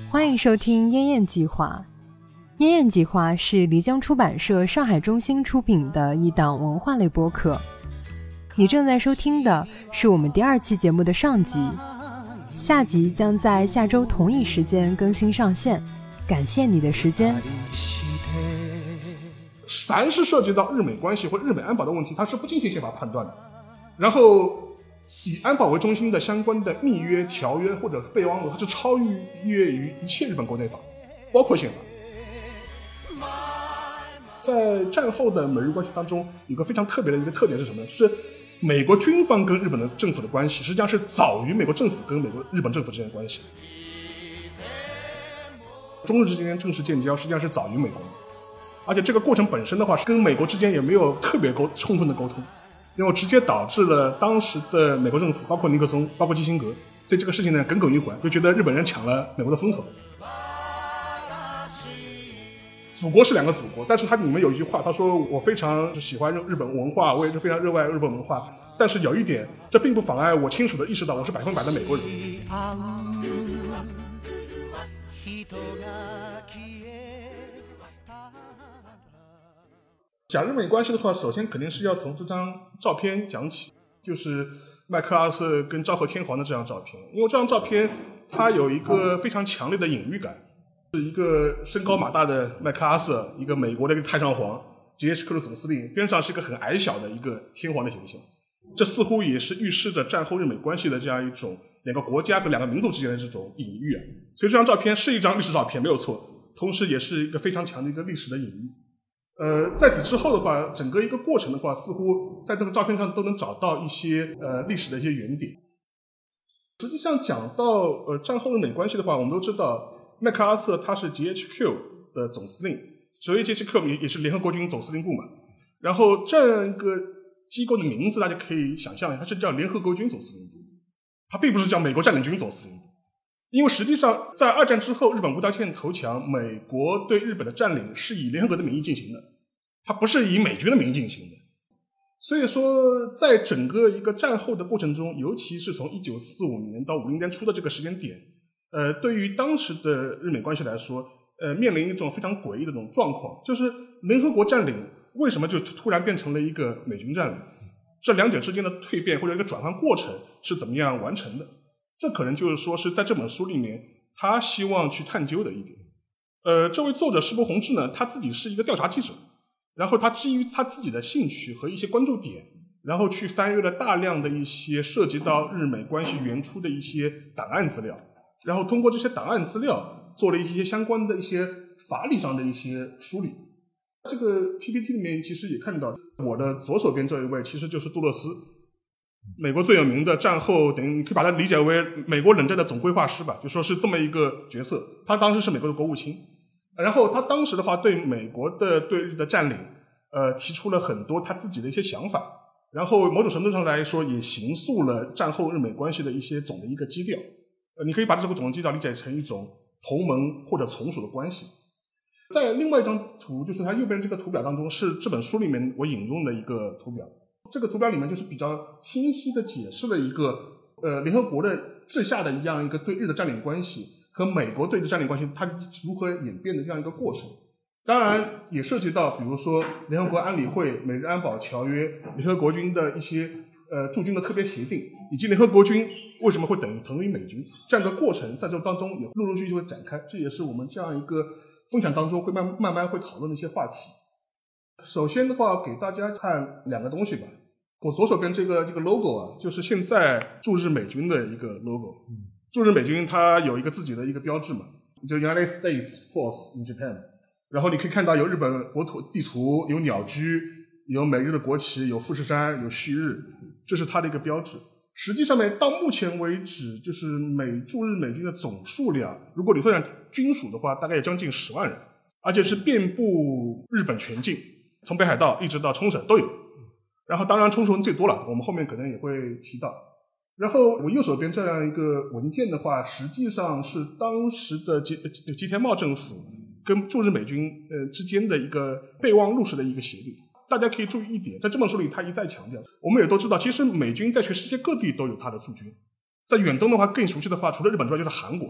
欢迎收听燕燕计划。燕燕计划是漓江出版社上海中心出品的一档文化类播客。你正在收听的是我们第2期节目的上集，下集将在下周同一时间更新上线。感谢你的时间。 凡是涉及到日美关系或日美安保的问题，它是不进行宪法判断的。然后以安保为中心的相关的密约、条约或者备忘录，它是超越于一切日本国内法，包括宪法。在战后的美日关系当中，有个非常特别的一个特点是什么呢？是美国军方跟日本的政府的关系实际上是早于美国政府跟日本政府之间的关系。中日之间正式建交实际上是早于美国的，而且这个过程本身的话是跟美国之间也没有特别充分的沟通，因为直接导致了当时的美国政府包括尼克松包括基辛格对这个事情呢耿耿于怀，就觉得日本人抢了美国的风头。祖国是2个祖国，但是它里面有一句话，他说我非常喜欢日本文化，我也是非常热爱日本文化，但是有一点，这并不妨碍我清楚地意识到我是100%的美国人。讲日美关系的话，首先肯定是要从这张照片讲起，就是麦克阿瑟跟昭和天皇的这张照片。因为这张照片它有一个非常强烈的隐喻感，是一个身高马大的麦克阿瑟，一个美国的一个太上皇，杰克鲁总司令，边上是一个很矮小的一个天皇的形象。这似乎也是预示着战后日美关系的这样一种2个国家和2个民族之间的这种隐喻啊。所以这张照片是一张历史照片没有错，同时也是一个非常强的一个历史的隐喻。在此之后的话，整个一个过程的话，似乎在这个照片上都能找到一些历史的一些原点。实际上讲到战后日美关系的话，我们都知道麦克阿瑟他是 GHQ 的总司令，所以 GHQ 也是联合国军总司令部嘛。然后这样一个机构的名字大家可以想象，它是叫联合国军总司令部，它并不是叫美国占领军总司令部。因为实际上在2战之后，日本无条件投降，美国对日本的占领是以联合国的名义进行的，它不是以美军的名义进行的。所以说在整个一个战后的过程中，尤其是从1945年到50年初的这个时间点，对于当时的日美关系来说，面临一种非常诡异的这种状况，就是联合国占领为什么就突然变成了一个美军占领？这2者之间的蜕变或者一个转换过程是怎么样完成的？这可能就是说是在这本书里面他希望去探究的一点。这位作者石博弘志呢，他自己是一个调查记者，然后他基于他自己的兴趣和一些关注点，然后去翻阅了大量的一些涉及到日美关系原初的一些档案资料，然后通过这些档案资料做了一些相关的一些法理上的一些梳理。这个 PPT 里面其实也看到，我的左手边这一位其实就是杜勒斯，美国最有名的战后，等于你可以把它理解为美国冷战的总规划师吧，就说是这么一个角色。他当时是美国的国务卿，然后他当时的话对美国的对日的占领提出了很多他自己的一些想法，然后某种程度上来说也形塑了战后日美关系的一些总的一个基调。你可以把这个总的基调理解成一种同盟或者从属的关系。在另外一张图，就是它右边这个图表当中，是这本书里面我引用的一个图表。这个图表里面就是比较清晰的解释了一个联合国的治下的一样一个对日的占领关系和美国对日占领关系它如何演变的这样一个过程。当然也涉及到比如说联合国安理会、美日安保条约、联合国军的一些驻军的特别协定，以及联合国军为什么会等于美军，这样一个过程在这当中也陆陆续续会展开。这也是我们这样一个分享当中会慢慢会讨论的一些话题。首先的话给大家看2个东西吧。我左手边这个 logo 啊，就是现在驻日美军的一个 logo。驻日美军它有一个自己的一个标志嘛，就 United States Force in Japan。然后你可以看到有日本国土地图，有鸟居，有美日的国旗，有富士山，有旭日，这是它的一个标志。实际上面到目前为止，就是驻日美军的总数量，如果你算上军属的话，大概也将近10万人，而且是遍布日本全境，从北海道一直到冲绳都有。然后当然冲绳最多了，我们后面可能也会提到。然后我右手边这样一个文件的话，实际上是当时的吉田茂政府跟驻日美军之间的一个备忘录式的一个协定。大家可以注意一点，在这本书里他一再强调，我们也都知道，其实美军在全世界各地都有他的驻军。在远东的话，更熟悉的话，除了日本之外就是韩国。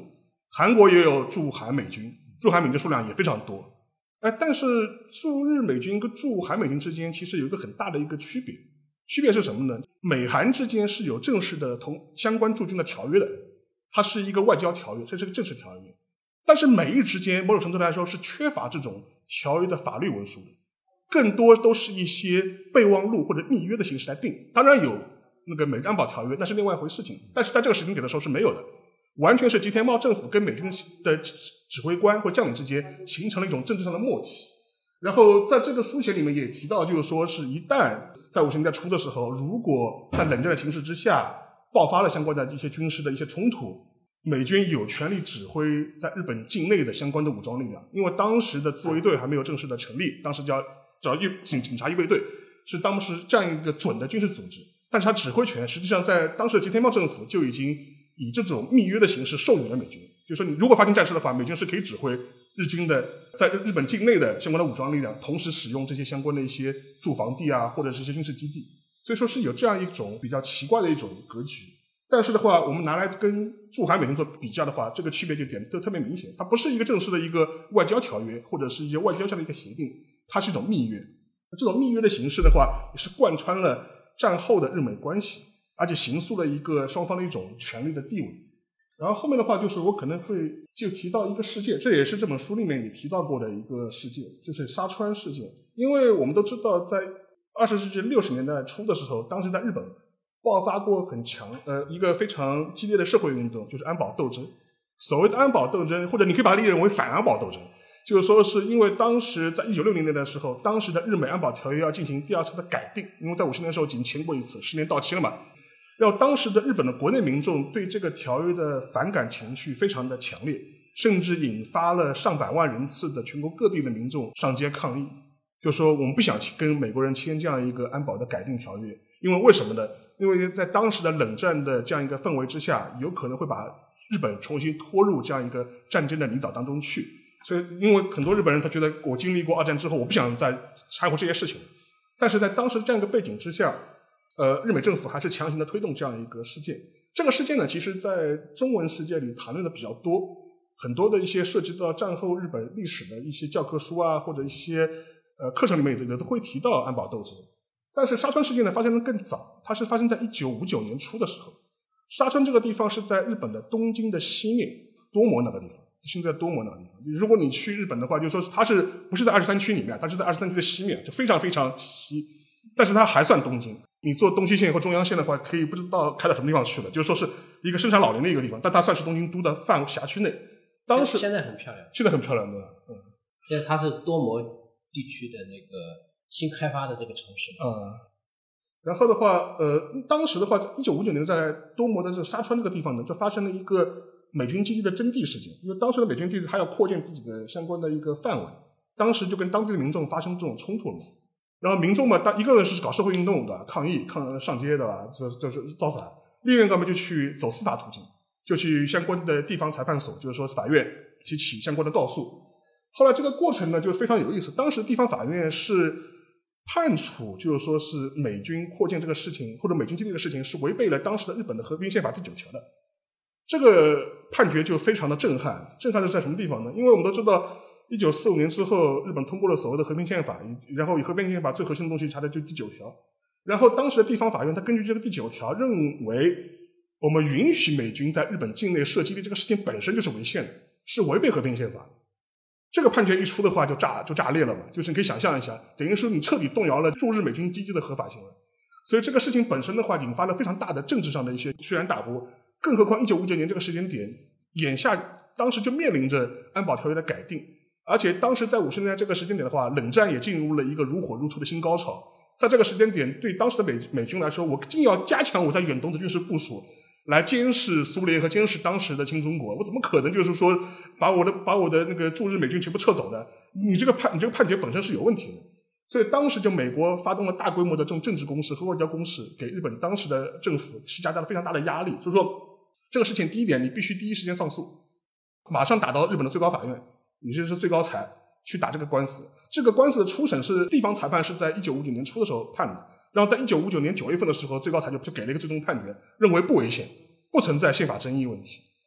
韩国也有驻韩美军，驻韩美军数量也非常多。但是驻日美军跟驻韩美军之间其实有一个很大的一个区别，区别是什么呢？美韩之间是有正式的同相关驻军的条约的，它是一个外交条约，这是个正式条约。但是美日之间某种程度来说是缺乏这种条约的法律文书的，更多都是一些备忘录或者密约的形式来定。当然有那个美日安保条约，那是另外一回事情，但是在这个时间点的时候是没有的，完全是吉田茂政府跟美军的指挥官或将领之间形成了一种政治上的默契。然后在这个书写里面也提到，就是说是一旦在50年代初的时候，如果在冷战的形势之下爆发了相关的一些军事的一些冲突，美军有权利指挥在日本境内的相关的武装力量。因为当时的自卫队还没有正式的成立，当时叫警察预备队，是当时这样一个准的军事组织，但是它指挥权实际上在当时的吉田茂政府就已经以这种密约的形式授予了美军，就是说你如果发生战事的话，美军是可以指挥日军的在日本境内的相关的武装力量，同时使用这些相关的一些驻防地啊，或者是一些军事基地，所以说是有这样一种比较奇怪的一种格局。但是的话，我们拿来跟驻韩美军做比较的话，这个区别就特别明显，它不是一个正式的一个外交条约或者是一些外交上的一个协定，它是一种密约。这种密约的形式的话，也是贯穿了战后的日美关系，而且形塑了一个双方的一种权力的地位。然后后面的话就是我可能会就提到一个事件，这也是这本书里面也提到过的一个事件，就是沙川事件。因为我们都知道在20世纪60年代初的时候，当时在日本爆发过很强一个非常激烈的社会运动，就是安保斗争。所谓的安保斗争，或者你可以把它理解为反安保斗争，就是说是因为当时在1960年代的时候，当时的日美安保条约要进行第二次的改定，因为在50年的时候已经签过一次，10年到期了嘛。然后当时的日本的国内民众对这个条约的反感情绪非常的强烈，甚至引发了上百万人次的全国各地的民众上街抗议，就说我们不想跟美国人签这样一个安保的改定条约。因为为什么呢？因为在当时的冷战的这样一个氛围之下，有可能会把日本重新拖入这样一个战争的泥沼当中去。所以因为很多日本人他觉得我经历过二战之后，我不想再掺和这些事情。但是在当时这样一个背景之下，日美政府还是强行的推动这样一个事件。这个事件呢，其实在中文世界里谈论的比较多，很多的一些涉及到战后日本历史的一些教科书啊，或者一些课程里面也都会提到安保斗争。但是沙川事件呢发生的更早，它是发生在1959年初的时候。沙川这个地方是在日本的东京的西面，多摩那个地方，现在多摩那个地方。如果你去日本的话，就说它是不是在23区里面，它是在23区的西面，就非常非常西，但是它还算东京。你坐东西线或中央线的话，可以不知道开到什么地方去了，就是说是一个生产老龄的一个地方，但它算是东京都的辖区内。当时现在很漂亮， 现在很漂亮的， 现在它是多摩地区的那个新开发的这个城市。 然后的话，当时的话，在1959年，在多摩的这个沙川这个地方呢，就发生了一个美军基地的征地事件。因为当时的美军基地它要扩建自己的相关的一个范围，当时就跟当地的民众发生这种冲突了。然后民众嘛，一个人是搞社会运动的，抗议、上街的吧，就是造反；另一个嘛就去走司法途径，就去相关的地方裁判所，就是说法院提起相关的告诉。后来这个过程呢就非常有意思，当时地方法院是判处，就是说是美军扩建这个事情或者美军基地的事情是违背了当时的日本的和平宪法第9条的。这个判决就非常的震撼，震撼是在什么地方呢？因为我们都知道1945年之后，日本通过了所谓的和平宪法，然后以和平宪法最核心的东西查的就第9条。然后当时的地方法院他根据这个第9条认为，我们允许美军在日本境内设基地这个事情本身就是违宪的，是违背和平宪法的。这个判决一出的话就炸裂了嘛，就是你可以想象一下，等于说你彻底动摇了驻日美军基地的合法性了。所以这个事情本身的话引发了非常大的政治上的一些轩然大波，更何况1959年这个时间点，眼下当时就面临着安保条约的改定，而且当时在50年代这个时间点的话，冷战也进入了一个如火如荼的新高潮。在这个时间点，对当时的美军来说，我既要加强我在远东的军事部署，来监视苏联和监视当时的新中国，我怎么可能就是说把我的那个驻日美军全部撤走呢？你这个判决本身是有问题的。所以当时就美国发动了大规模的这种政治攻势和外交攻势，给日本当时的政府施加了非常大的压力。就是说这个事情第一点，你必须第一时间上诉，马上打到日本的最高法院，你这是最高裁去打这个官司。这个官司的初审是地方裁判是在1959年初的时候判的，然后在1959年9月份的时候，最高裁就给了一个最终判决，认为不违宪，不存在宪法争议问题。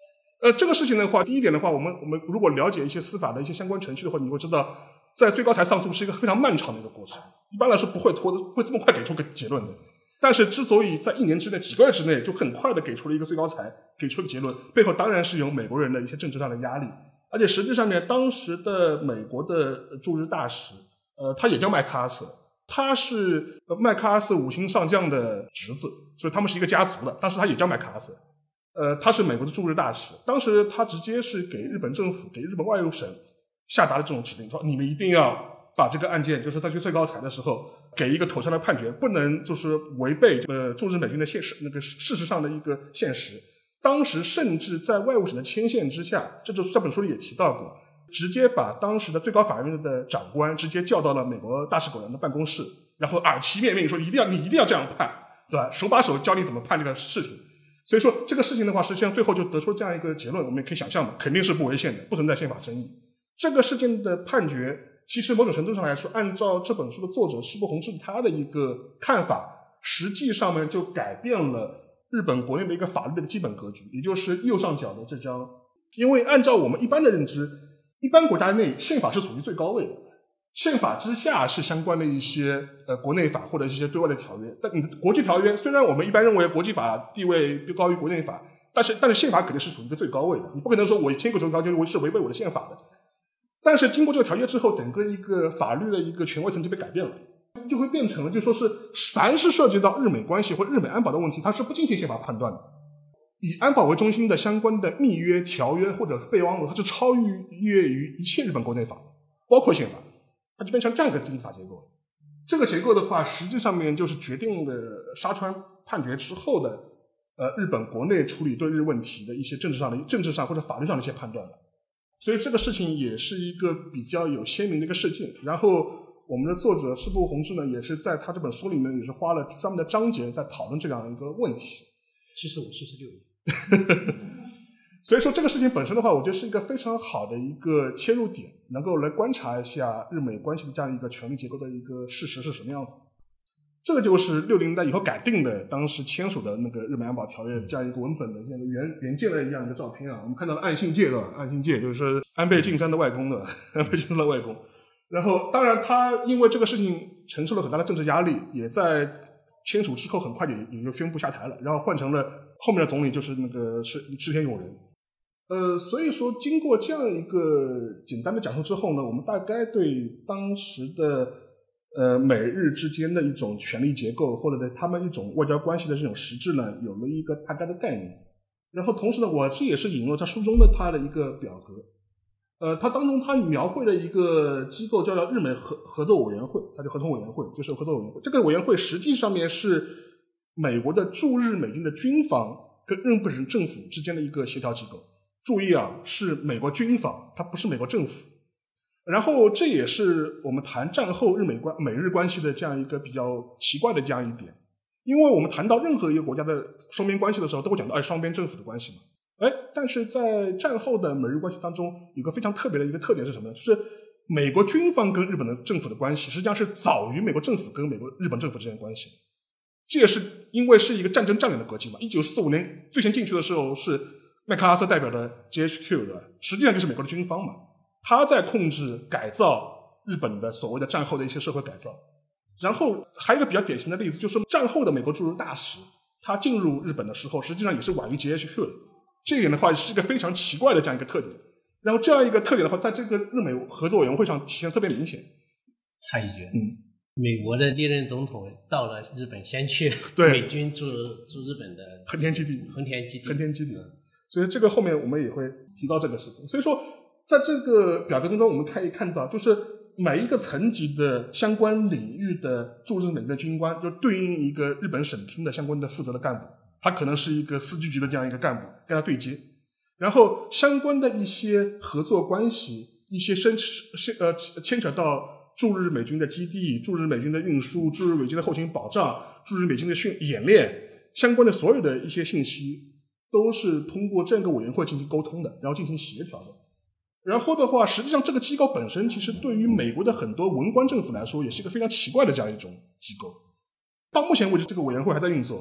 这个事情的话，第一点的话，我们如果了解一些司法的一些相关程序的话，你会知道，在最高裁上诉是一个非常漫长的一个过程，一般来说不会这么快给出个结论的。但是之所以在1年之内、几个月之内就很快的给出了一个最高裁给出了结论，背后当然是有美国人的一些政治上的压力，而且实际上面当时的美国的驻日大使，他也叫麦克阿瑟，他是麦克阿瑟5星上将的侄子，所以他们是一个家族的，当时他也叫麦克阿瑟。他是美国的驻日大使，当时他直接是给日本政府、给日本外务省下达了这种指令，说你们一定要把这个案件，就是在最高裁的时候给一个妥善的判决，不能就是违背驻日美军的事实上的一个现实。当时甚至在外务省的牵线之下，这本书里也提到过，直接把当时的最高法院的长官直接叫到了美国大使馆的办公室，然后耳提面命说你一定要这样判，对吧？手把手教你怎么判这个事情。所以说这个事情的话，实际上最后就得出这样一个结论，我们也可以想象嘛，肯定是不违宪的，不存在宪法争议。这个事件的判决，其实某种程度上来说，按照这本书的作者矢部宏志他的一个看法，实际上面就改变了日本国内的一个法律的基本格局，也就是右上角的这张。因为按照我们一般的认知，一般国家内宪法是处于最高位的，宪法之下是相关的一些国内法或者一些对外的条约。但国际条约虽然我们一般认为国际法地位高于国内法，但是宪法肯定是处于一个最高位的，你不可能说我签过这个条约我是违背我的宪法的。但是经过这个条约之后，整个一个法律的一个权威层级被改变了，就会变成了就说是凡是涉及到日美关系或日美安保的问题，它是不进行宪法判断的。以安保为中心的相关的密约、条约或者备忘录，它是超越于一切日本国内法，包括宪法，它就变成这样一个金字塔结构。这个结构的话，实际上面就是决定了沙川判决之后的日本国内处理对日问题的一些政治上或者法律上的一些判断了。所以这个事情也是一个比较有鲜明的一个事件。然后我们的作者矢部宏志呢，也是在他这本书里面也是花了专门的章节在讨论这样一个问题。 75、76年。 所以说这个事情本身的话，我觉得是一个非常好的一个切入点，能够来观察一下日美关系的这样一个权力结构的一个事实是什么样子。这个就是60年代以后改定的当时签署的那个日美安保条约这样一个文本的这样一个原件的一样一个照片啊。我们看到了岸信介，对吧？岸信介就是说安倍晋三的外公的，安倍晋三的外公。然后当然他因为这个事情承受了很大的政治压力，也在签署之后很快也就宣布下台了，然后换成了后面的总理就是那个池田勇人。所以说经过这样一个简单的讲述之后呢，我们大概对当时的美日之间的一种权力结构或者他们一种外交关系的这种实质呢，有了一个大概的概念。然后同时呢，我这也是引用他书中的他的一个表格。他当中他描绘了一个机构叫日美合作委员会，它叫合同委员会，就是合作委员会。这个委员会实际上面是美国的驻日美军的军方跟日本政府之间的一个协调机构。注意啊，是美国军方，它不是美国政府。然后这也是我们谈战后美日关系的这样一个比较奇怪的这样一点。因为我们谈到任何一个国家的双边关系的时候，都会讲到双边政府的关系嘛。但是在战后的美日关系当中，有个非常特别的一个特点是什么呢？就是美国军方跟日本的政府的关系实际上是早于美国政府跟日本政府之间的关系。这也是因为是一个战争战略的格局嘛。1945年最先进去的时候是麦克阿瑟代表的 GHQ 的，实际上就是美国的军方嘛，他在控制改造日本的所谓的战后的一些社会改造。然后还有一个比较典型的例子，就是战后的美国驻日大使，他进入日本的时候实际上也是晚于 GHQ 的。这一点的话是一个非常奇怪的这样一个特点。然后这样一个特点的话，在这个日美合作委员会上体现特别明显。 插一句，美国的历任总统到了日本，先去美军驻日本的横田基地。所以这个后面我们也会提到这个事情。所以说在这个表格当中我们可以看到，就是每一个层级的相关领域的驻日美的军官就对应一个日本省厅的相关的负责的干部，他可能是一个司局级的这样一个干部跟他对接。然后相关的一些合作关系，一些牵扯到驻日美军的基地、驻日美军的运输、驻日美军的后勤保障、驻日美军的演练，相关的所有的一些信息都是通过这样一个委员会进行沟通的，然后进行协调的。然后的话，实际上这个机构本身其实对于美国的很多文官政府来说也是一个非常奇怪的这样一种机构。到目前为止这个委员会还在运作，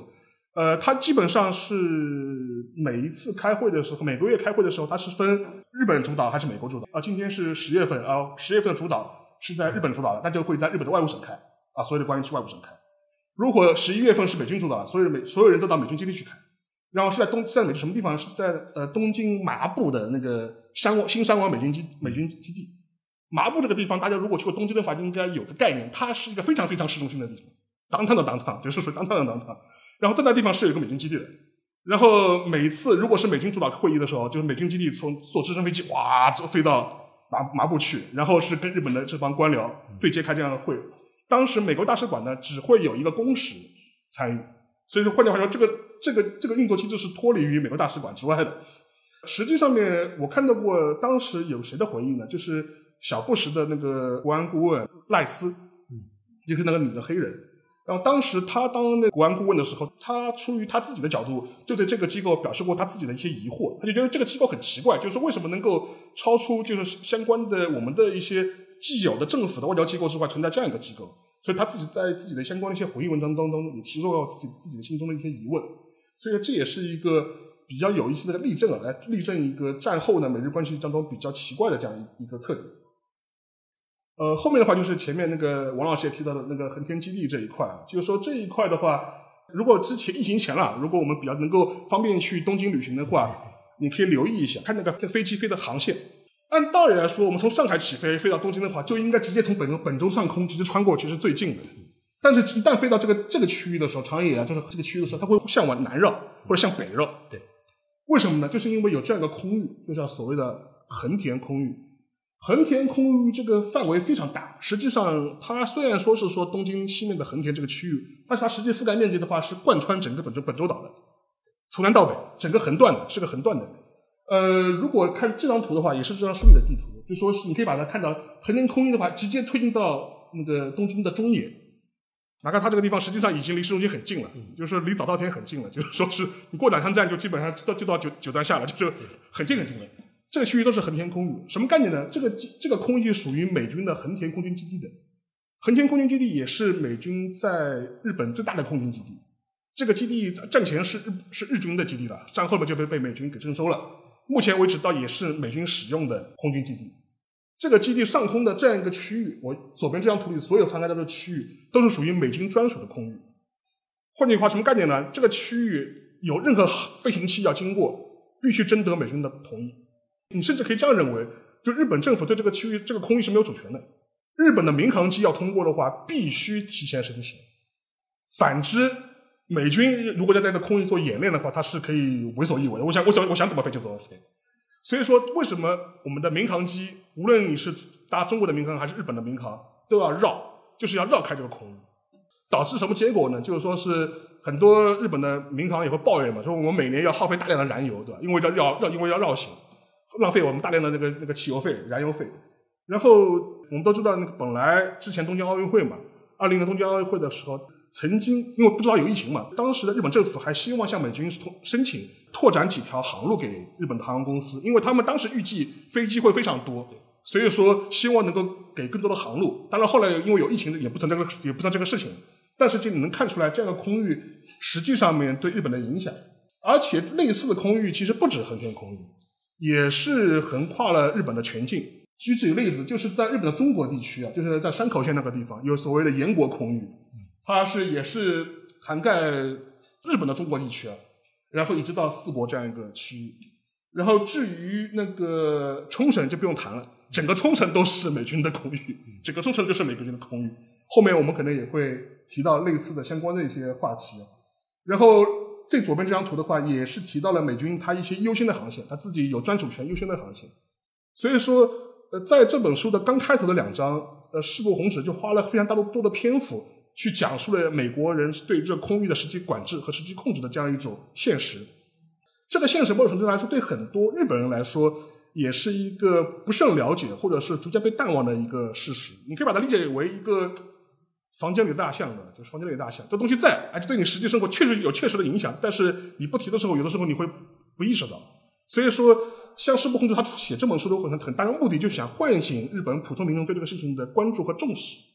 它基本上是每一次开会的时候，每个月开会的时候，它是分日本主导还是美国主导今天是10月份10月份的主导是在日本主导的，那就会在日本的外务省开所有的官员去外务省开。如果11月份是美军主导，所有人都到美军基地去开，然后是在美什么地方？是在东京麻布的那个新山王美军基地。麻布这个地方，大家如果去过东京的话，应该有个概念，它是一个非常非常市中心的地方，downtown 的 downtown， 就是属于 downtown 的 downtown。然后在那地方是有一个美军基地的。然后每一次如果是美军主导会议的时候，就是美军基地坐直升飞机飞到麻布去，然后是跟日本的这帮官僚对接开这样的会。当时美国大使馆呢只会有一个公使参与，所以说换句话说，这个运作机制是脱离于美国大使馆之外的。实际上面我看到过当时有谁的回应呢？就是小布什的那个国安顾问赖斯，就是那个女的黑人。然后当时他当那个国安顾问的时候，他出于他自己的角度，就对这个机构表示过他自己的一些疑惑。他就觉得这个机构很奇怪，就是为什么能够超出就是相关的我们的一些既有的政府的外交机构之外存在这样一个机构。所以他自己在自己的相关的一些回应文章当中也提出过自己的心中的一些疑问。所以这也是一个比较有意思的例证来例证一个战后的美日关系当中比较奇怪的这样一个特点。后面的话就是前面那个王老师也提到的那个横田基地这一块，就是说这一块的话，如果之前疫情前了，如果我们比较能够方便去东京旅行的话，你可以留意一下，看那个飞机飞的航线。按道理来说，我们从上海起飞到东京的话，就应该直接从本州上空直接穿过去是最近的。但是一旦飞到这个区域的时候，长野就是这个区域的时候，它会向往南绕或者向北绕。 对， 为什么呢？就是因为有这样一个空域，就叫所谓的横田空域。横田空域这个范围非常大，实际上它虽然说是说东京西面的横田这个区域，但是它实际覆盖面积的话是贯穿整个本州岛的，从南到北整个横断的，是个横断的。如果看这张图的话，也是这张书里的地图，就说是你可以把它看到横田空域的话，直接推进到那个东京的中野。哪怕它这个地方实际上已经离市中心很近了，就是离早稻田很近了，就是说是你过两趟站就基本上就到九段下了，就是很近很近了。这个区域都是横田空域，什么概念呢？这个空域属于美军的横田空军基地的。横田空军基地也是美军在日本最大的空军基地。这个基地战前是日军的基地了，战后面就被美军给征收了。目前为止倒也是美军使用的空军基地。这个基地上空的这样一个区域，我左边这张图里所有涵盖到的区域都是属于美军专属的空域。换句话什么概念呢？这个区域有任何飞行器要经过，必须征得美军的同意。你甚至可以这样认为，就日本政府对这个区域这个空域是没有主权的。日本的民航机要通过的话，必须提前申请。反之，美军如果在这个空域做演练的话，它是可以为所欲为的。我想怎么飞就怎么飞。所以说，为什么我们的民航机，无论你是搭中国的民航还是日本的民航，都要绕，就是要绕开这个空域。导致什么结果呢？就是说是很多日本的民航也会抱怨嘛，说我们每年要耗费大量的燃油，对吧？因为要绕行。浪费我们大量的那个汽油费、燃油费。然后我们都知道，那个本来之前东京奥运会嘛，2020年东京奥运会的时候，曾经因为不知道有疫情嘛，当时的日本政府还希望向美军申请拓展几条航路给日本的航空公司，因为他们当时预计飞机会非常多，所以说希望能够给更多的航路。当然后来因为有疫情也不算这个事情，但是就你能看出来这样的空域实际上面对日本的影响。而且类似的空域其实不止横田空域，也是横跨了日本的全境。举个例子，就是在日本的中国地区啊，就是在山口县那个地方有所谓的岩国空域，它也是涵盖日本的中国地区啊，然后一直到四国这样一个区域。然后至于那个冲绳就不用谈了，整个冲绳都是美军的空域，整个冲绳就是美军的空域。后面我们可能也会提到类似的相关的一些话题。然后最左边这张图的话，也是提到了美军它一些优先的航线，它自己有专属权优先的航线。所以说，在这本书的刚开头的2章，世部弘直就花了非常多的篇幅去讲述了美国人对这空域的实际管制和实际控制的这样一种现实。这个现实某种程度上来说，对很多日本人来说，也是一个不甚了解或者是逐渐被淡忘的一个事实。你可以把它理解为一个房间里的大象的，就是房间里的大象，这东西在，而且对你实际生活确实的影响，但是你不提的时候，有的时候你会不意识到。所以说，像世部弘直他写这本书的很大的目的，就是想唤醒日本普通民众对这个事情的关注和重视。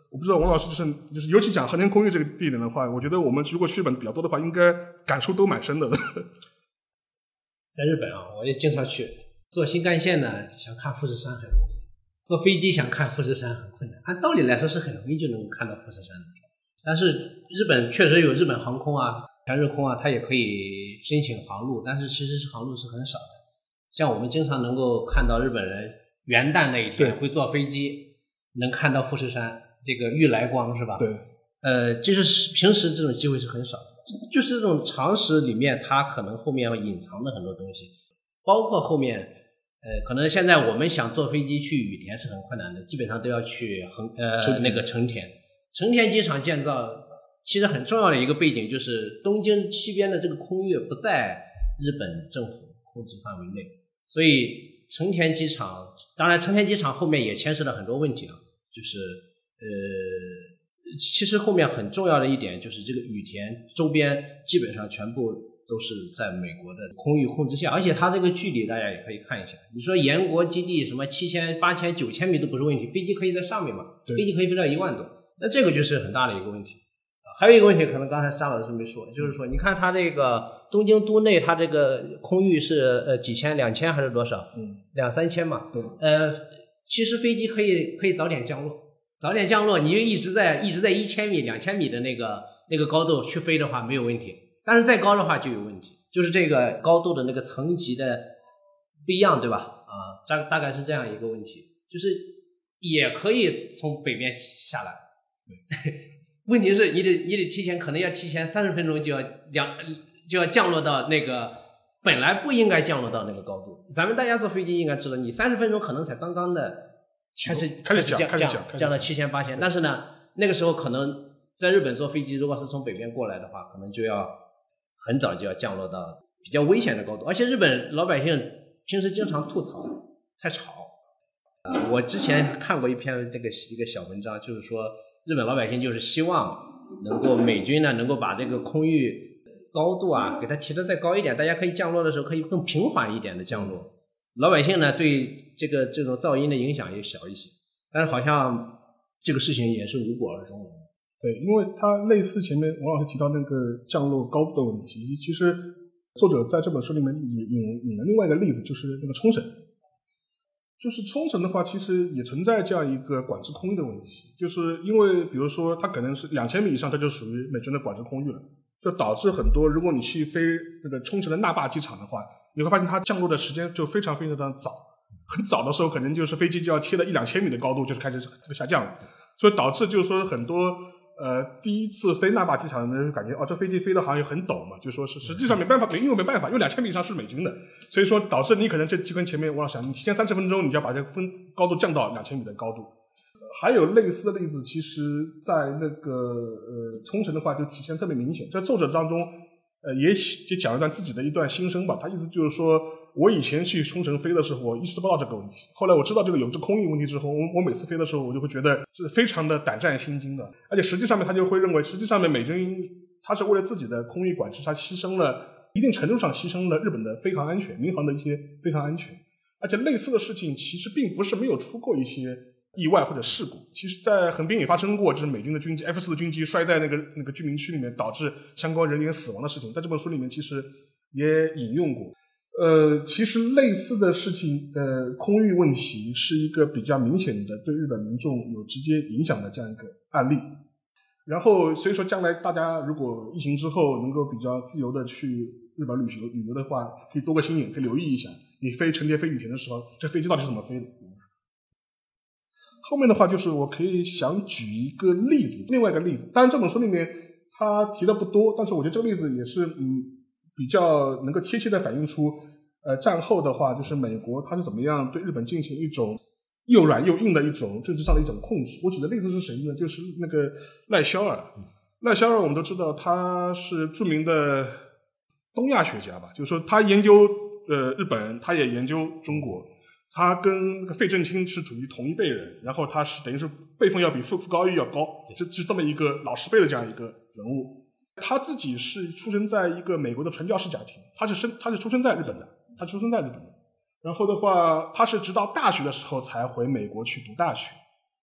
我不知道王老师就是尤其讲航天空域这个地点的话，我觉得我们如果去日本比较多的话，应该感触都蛮深的。 在日本啊，我也经常去。坐新干线呢，想看富士山很容易；坐飞机想看富士山很困难。按道理来说是很容易就能看到富士山的，但是日本确实有日本航空啊、全日空啊，它也可以申请航路，但是其实航路是很少的。像我们经常能够看到日本人元旦那一天会坐飞机，能看到富士山这个玉来光是吧？ 对。 就是平时这种机会是很少的，就是这种常识里面，它可能后面隐藏的很多东西，包括后面。可能现在我们想坐飞机去羽田是很困难的，基本上都要去那个成田。成田机场建造其实很重要的一个背景就是东京西边的这个空域不在日本政府控制范围内，所以成田机场，当然成田机场后面也牵涉了很多问题啊，就是其实后面很重要的一点就是这个羽田周边基本上全部都是在美国的空域控制下，而且它这个距离大家也可以看一下，你说延国基地什么7000、8000、9000米都不是问题，飞机可以在上面嘛，飞机可以飞到1万多，那这个就是很大的一个问题。还有一个问题可能刚才沙老师没说，就是说你看它这个东京都内它这个空域是几千2000还是多少？2-3千嘛。其实飞机可以早点降落，你就一直在1000米2000米的那个高度去飞的话没有问题，但是再高的话就有问题，就是这个高度的那个层级的不一样，对吧？大概是这样一个问题，就是也可以从北面下来，问题是你得提前，可能要提前30分钟就要降落到那个本来不应该降落到那个高度。咱们大家坐飞机应该知道，你30分钟可能才刚刚的开始降到7000、8000，但是呢，那个时候可能在日本坐飞机，如果是从北边过来的话，可能就要很早就要降落到比较危险的高度，而且日本老百姓平时经常吐槽太吵。我之前看过一篇一个小文章，就是说日本老百姓就是希望能够美军呢能够把这个空域高度啊给它提得再高一点，大家可以降落的时候可以更平缓一点的降落。老百姓呢对这种噪音的影响也小一些，但是好像这个事情也是无果而终了。 对，因为它类似前面王老师提到那个降落高度的问题，其实作者在这本书里面引了另外一个例子，就是那个冲绳。就是冲绳的话其实也存在这样一个管制空域的问题，就是因为比如说它可能是2000米以上它就属于美军的管制空域了，就导致很多如果你去飞那个冲绳的那霸机场的话，你会发现它降落的时间就非常非常的早，很早的时候可能就是飞机就要贴了1-2千米的高度就是开始下降了，所以导致就是说很多第一次飞那霸机场的人感觉这飞机飞的好像也很陡嘛，就说是实际上没办法，因为没办法，因为2000米以上是美军的，所以说导致你可能这就跟前面我想你提前30分钟你就要把这个高度降到2000米的高度。还有类似的例子，其实在那个冲绳的话就体现特别明显，在作者当中也讲了一段自己的一段心声吧，他意思就是说我以前去冲绳飞的时候我一直都不知道这个问题，后来我知道这个有这空域问题之后，我每次飞的时候我就会觉得是非常的胆战心惊的，而且实际上面他就会认为实际上面美军他是为了自己的空域管制，他牺牲了一定程度上牺牲了日本的飞航安全，民航的一些飞航安全，而且类似的事情其实并不是没有出过一些意外或者事故，其实在横滨也发生过，就是美军的军机 F4 的军机摔在那个居民区里面导致相关人员死亡的事情，在这本书里面其实也引用过。其实类似的事情空域问题是一个比较明显的对日本民众有直接影响的这样一个案例。然后所以说将来大家如果疫情之后能够比较自由的去日本旅游的话，可以多个心眼，可以留意一下你成田飞羽田的时候这飞机到底是怎么飞的。后面的话就是我可以想举一个例子，另外一个例子，当然这本书里面他提的不多，但是我觉得这个例子也是比较能够贴切的反映出战后的话就是美国它是怎么样对日本进行一种又软又硬的一种政治上的一种控制。我举的例子是谁呢？就是那个赖肖尔。赖肖尔我们都知道他是著名的东亚学家吧，就是说他研究日本，他也研究中国，他跟费正清是处于同一辈人，然后他是等于是辈分要比傅高义要高，是这么一个老师辈的这样一个人物。他自己是出生在一个美国的传教士家庭，他是出生在日本的，然后的话他是直到大学的时候才回美国去读大学，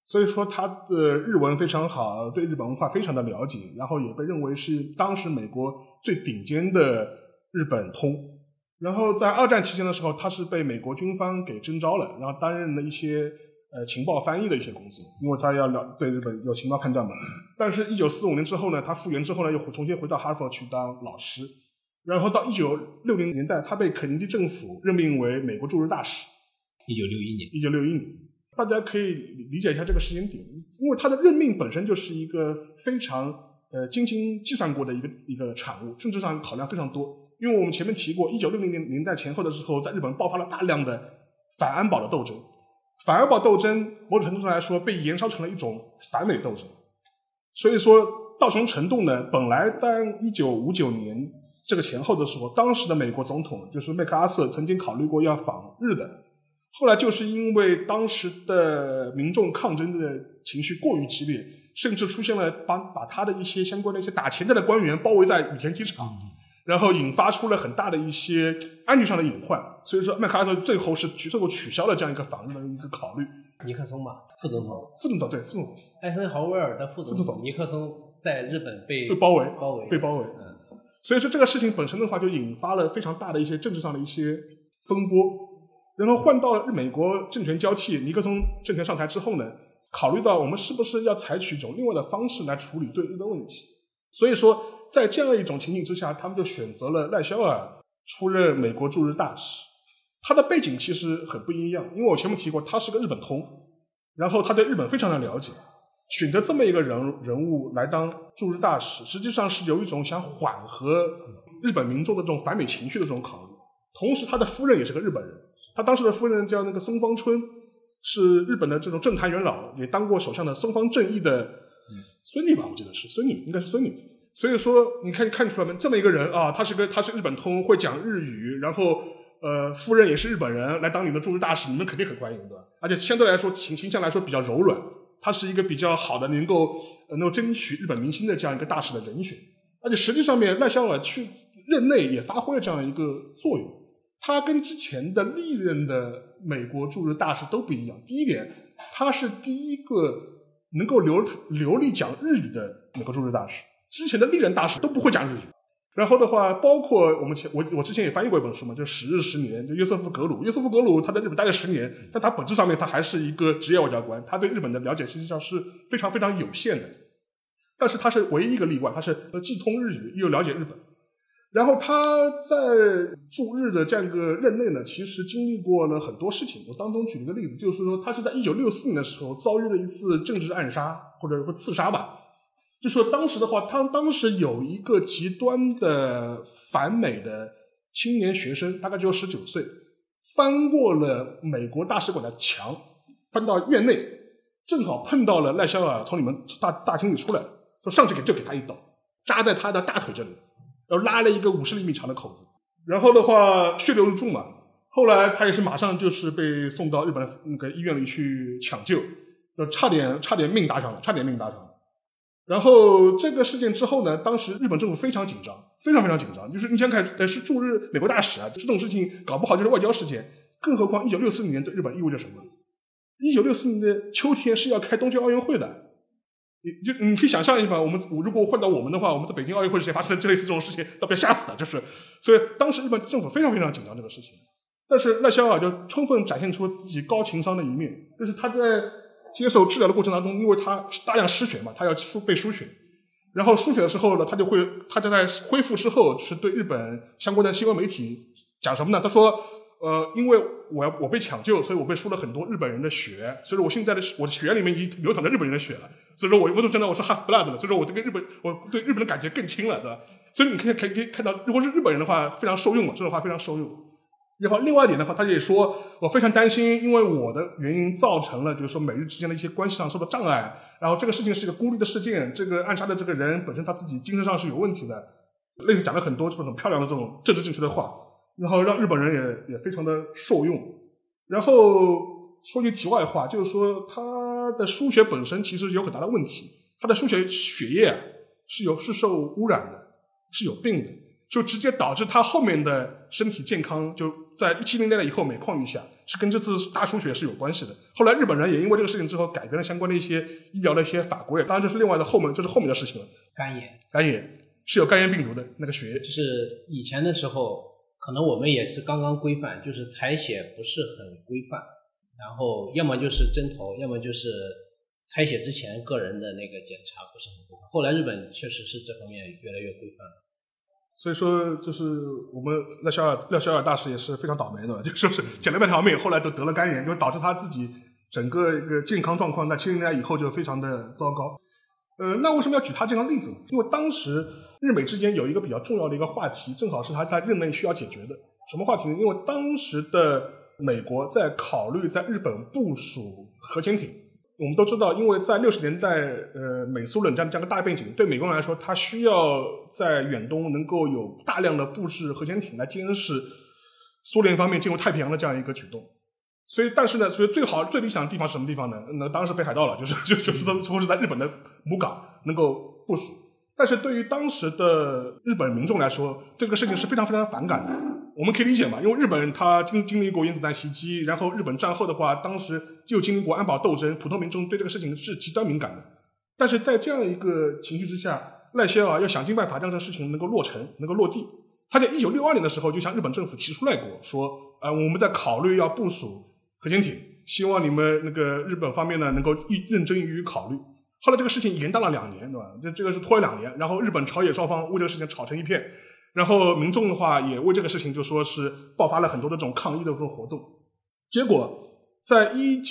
所以说他的日文非常好，对日本文化非常的了解，然后也被认为是当时美国最顶尖的日本通。然后在二战期间的时候，他是被美国军方给征召了，然后担任了一些情报翻译的一些工作，因为他要对日本有情报判断嘛。但是1945年之后呢，他复员之后呢，又重新回到哈佛去当老师。然后到1960年代，他被肯尼迪政府任命为美国驻日大使。1961年，大家可以理解一下这个时间点，因为他的任命本身就是一个非常精心计算过的一个产物，政治上考量非常多。因为我们前面提过，1960年代前后的时候，在日本爆发了大量的反安保的斗争。反安保斗争某种程度上来说被延烧成了一种反美斗争。所以说到什么程度呢？本来当1959年这个前后的时候，当时的美国总统就是麦克阿瑟曾经考虑过要访日的，后来就是因为当时的民众抗争的情绪过于激烈，甚至出现了把他的一些相关的一些打钱债的官员包围在羽田机场，然后引发出了很大的一些安全上的隐患。所以说麦克阿瑟最后取消了这样一个访日的一个考虑。 尼克松吧，副总统， 对，副总统， 艾森豪威尔的副总统，尼克松在日本被包围。所以说这个事情本身的话，就引发了非常大的一些政治上的一些风波。然后换到了美国政权交替，尼克松政权上台之后呢，考虑到我们是不是要采取一种另外的方式来处理对日的问题。所以说在这样一种情形之下，他们就选择了赖萧尔出任美国驻日大使。他的背景其实很不一样，因为我前面提过他是个日本通，然后他对日本非常的了解，选择这么一个人物来当驻日大使，实际上是有一种想缓和日本民众的这种反美情绪的这种考虑。同时他的夫人也是个日本人，他当时的夫人叫那个松方春，是日本的这种政坛元老，也当过首相的松方正义的孙女吧，我记得是孙女，应该是孙女。所以说你看出来吗？这么一个人啊，他是日本通，会讲日语，然后夫人也是日本人，来当你的驻日大使，你们肯定很欢迎的。而且相对来说形象来说比较柔软，他是一个比较好的能够争取日本民心的这样一个大使的人选。而且实际上面赖萧尔去任内也发挥了这样一个作用。他跟之前的历任的美国驻日大使都不一样。第一点，他是第一个能够流利讲日语的美国驻日大使，之前的历任大使都不会讲日语。然后的话，包括我之前也翻译过一本书嘛，就是《10日10年》，就约瑟夫·格鲁他在日本待了10年，但他本质上面他还是一个职业外交官，他对日本的了解实际上是非常非常有限的。但是他是唯一一个例外，他是既通日语又了解日本。然后他在驻日的这样一个任内呢，其实经历过了很多事情。我当中举了一个例子，就是说他是在1964年的时候遭遇了一次政治暗杀或者说刺杀吧。就说当时的话，他当时有一个极端的反美的青年学生，大概只有19岁，翻过了美国大使馆的墙，翻到院内，正好碰到了赖萧尔从你们大厅里出来，说上去就给他一刀，扎在他的大腿这里，然后拉了一个50厘米长的口子，然后的话血流如注嘛。后来他也是马上就是被送到日本的那个医院里去抢救，差点命搭上了。然后这个事件之后呢，当时日本政府非常紧张，非常非常紧张。就是你想看，是驻日美国大使啊，这种事情搞不好就是外交事件。更何况1964年对日本意味着什么？1964年的秋天是要开东京奥运会的。你可以想象一下，如果换到我们的话，我们在北京奥运会之前发生了类似这种事情，都被吓死了。所以当时日本政府非常非常紧张这个事情。但是赖萧尔就充分展现出自己高情商的一面，就是他在接受治疗的过程当中，因为他大量失血嘛，他要被输血，然后输血的时候呢，他就在恢复之后，是对日本相关的新闻媒体讲什么呢？他说，因为我被抢救，所以我被输了很多日本人的血，所以说我现在我的血里面已经流淌着日本人的血了，所以说我真的我是 half blood 了，所以说我对日本的感觉更亲了，对吧？所以你可以看到，如果是日本人的话，非常受用嘛，这种话非常受用。然后另外一点的话，他也说我非常担心，因为我的原因造成了就是说美日之间的一些关系上受到障碍，然后这个事情是一个孤立的事件，这个暗杀的这个人本身他自己精神上是有问题的，类似讲了很多这种漂亮的这种政治正确的话，然后让日本人也非常的受用。然后说句题外话，就是说他的输血本身其实有很大的问题，他的输血血液是受污染的，是有病的。 就直接导致他后面的身体健康就在70年代以后每况愈下，是跟这次大出血是有关系的。后来日本人也因为这个事情之后改变了相关的一些医疗的一些法规，当然这是另外的这是后面的事情了。肝炎是有肝炎病毒的那个血液， 就是以前的时候可能我们也是刚刚规范，就是采血不是很规范，然后要么就是针头，要么就是采血之前个人的那个检查不是很规范。后来日本确实是这方面越来越规范了。 所以说就是我们廖肖尔大师也是非常倒霉的，就说是捡了半条命，后来都得了肝炎，就导致他自己整个一个健康状况在70年代以后就非常的糟糕。那为什么要举他这样的例子呢？因为当时日美之间有一个比较重要的一个话题，正好是他在任内需要解决的。什么话题呢？因为当时的美国在考虑在日本部署核潜艇。我们都知道，因为在60年代美苏冷战这样的大背景，对美国人来说，他需要在远东能够有大量的布置核潜艇来监视苏联方面进入太平洋的这样一个举动。所以最理想的地方是什么地方呢？那当然是北海道了，就是说是在日本的母港能够部署。但是对于当时的日本民众来说，这个事情是非常非常反感的。我们可以理解嘛，因为日本它经历过原子弹袭击，然后日本战后的话，当时就经历过安保斗争，普通民众对这个事情是极端敏感的。但是在这样一个情绪之下，赖肖尔要想尽办法让这个事情能够落成，能够落地。他在1962年的时候就向日本政府提出来过，说我们在考虑要部署核潜艇，希望你们那个日本方面呢能够认真予以考虑。后来这个事情延宕了2年，对吧？这个是拖了2年，然后日本朝野双方为这个事情吵成一片，然后民众的话也为这个事情就说是爆发了很多的这种抗议的这种活动。结果在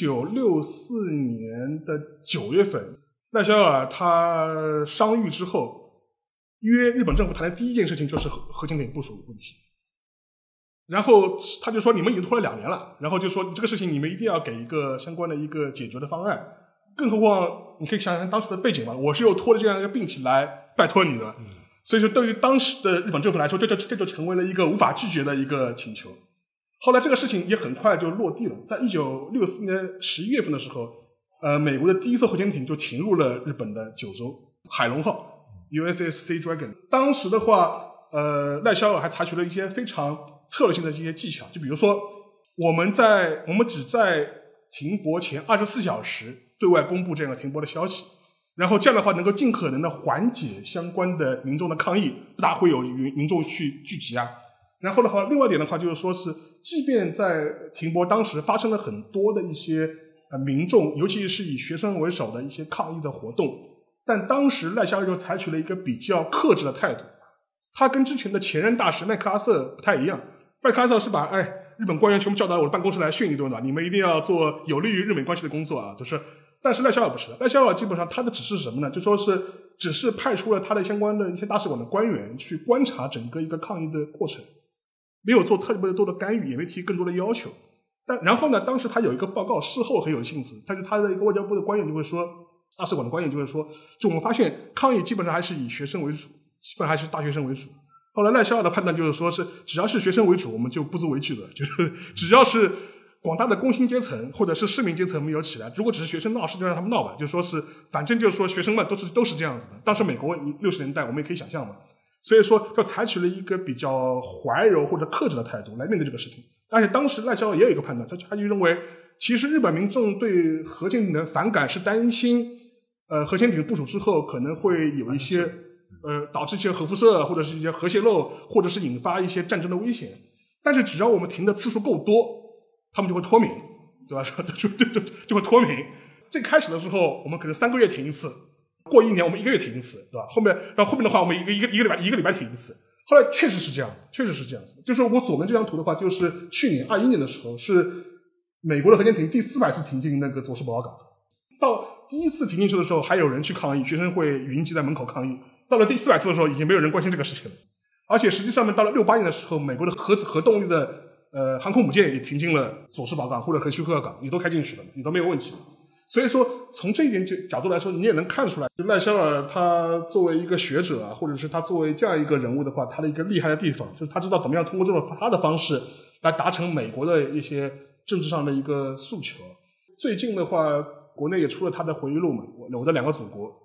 1964年的9月份，赖肖尔他伤愈之后，约日本政府谈的第一件事情就是核潜艇部署问题。然后他就说你们已经拖了2年了，然后就说这个事情你们一定要给一个相关的一个解决的方案。更何况你可以想想当时的背景嘛，我是又拖着这样一个病体来拜托你的。所以说对于当时的日本政府来说，这就成为了一个无法拒绝的一个请求。后来这个事情也很快就落地了，在1964年11月份的时候，美国的第一艘核潜艇就停入了日本的九州，海龙号 USS Sea Dragon。当时的话赖肖尔还采取了一些非常策略性的一些技巧，就比如说我们只在停泊前24小时对外公布这样的停泊的消息，然后这样的话能够尽可能的缓解相关的民众的抗议，不大会有民众去聚集啊。然后的话，另外一点的话就是说是，即便在停泊当时发生了很多的一些民众，尤其是以学生为首的一些抗议的活动，但当时赖肖尔就采取了一个比较克制的态度。他跟之前的前任大使麦克阿瑟不太一样，麦克阿瑟是把日本官员全部叫到我的办公室来训一顿的，你们一定要做有利于日美关系的工作啊，但是赖肖尔不是，赖肖尔基本上他的指示是什么呢？就说是只是派出了他的相关的一些大使馆的官员去观察整个一个抗议的过程，没有做特别多的干预，也没提更多的要求。然后呢，当时他有一个报告，事后很有兴致，但是他的一个外交部的官员就会说，大使馆的官员就会说，就我们发现抗议基本上还是以学生为主，基本上还是大学生为主。后来赖肖尔的判断就是说是只要是学生为主，我们就不足为惧的，就是只要是广大的工薪阶层或者是市民阶层没有起来，如果只是学生闹事就让他们闹吧，就说是反正就是说学生们都是这样子的。当时美国60年代我们也可以想象嘛，所以说就采取了一个比较怀柔或者克制的态度来面对这个事情。而且当时赖肖尔也有一个判断，他就认为其实日本民众对核潜艇的反感是担心核潜艇部署之后可能会有一些导致一些核辐射或者是一些核泄漏，或者是引发一些战争的危险。但是只要我们停的次数够多，他们就会脱敏，对吧？就会脱敏。最开始的时候我们可能3个月停一次，过1年我们1个月停一次，对吧？后面的话我们一个礼拜停一次。后来确实是这样子，就是我左边这张图的话，就是去年21年的时候，是美国的核潜艇第400次停进那个佐世保岛港。到第1次停进去的时候还有人去抗议，学生会云集在门口抗议。到了第400次的时候已经没有人关心这个事情了。而且实际上面到了68年的时候，美国的核动力的航空母舰也停进了佐世保港或者横须贺港，也都开进去了，也都没有问题。所以说从这一点角度来说，你也能看出来，就赖肖尔他作为一个学者啊，或者是他作为这样一个人物的话，他的一个厉害的地方就是他知道怎么样通过这种他的方式来达成美国的一些政治上的一个诉求。最近的话国内也出了他的回忆录嘛，我的2个祖国，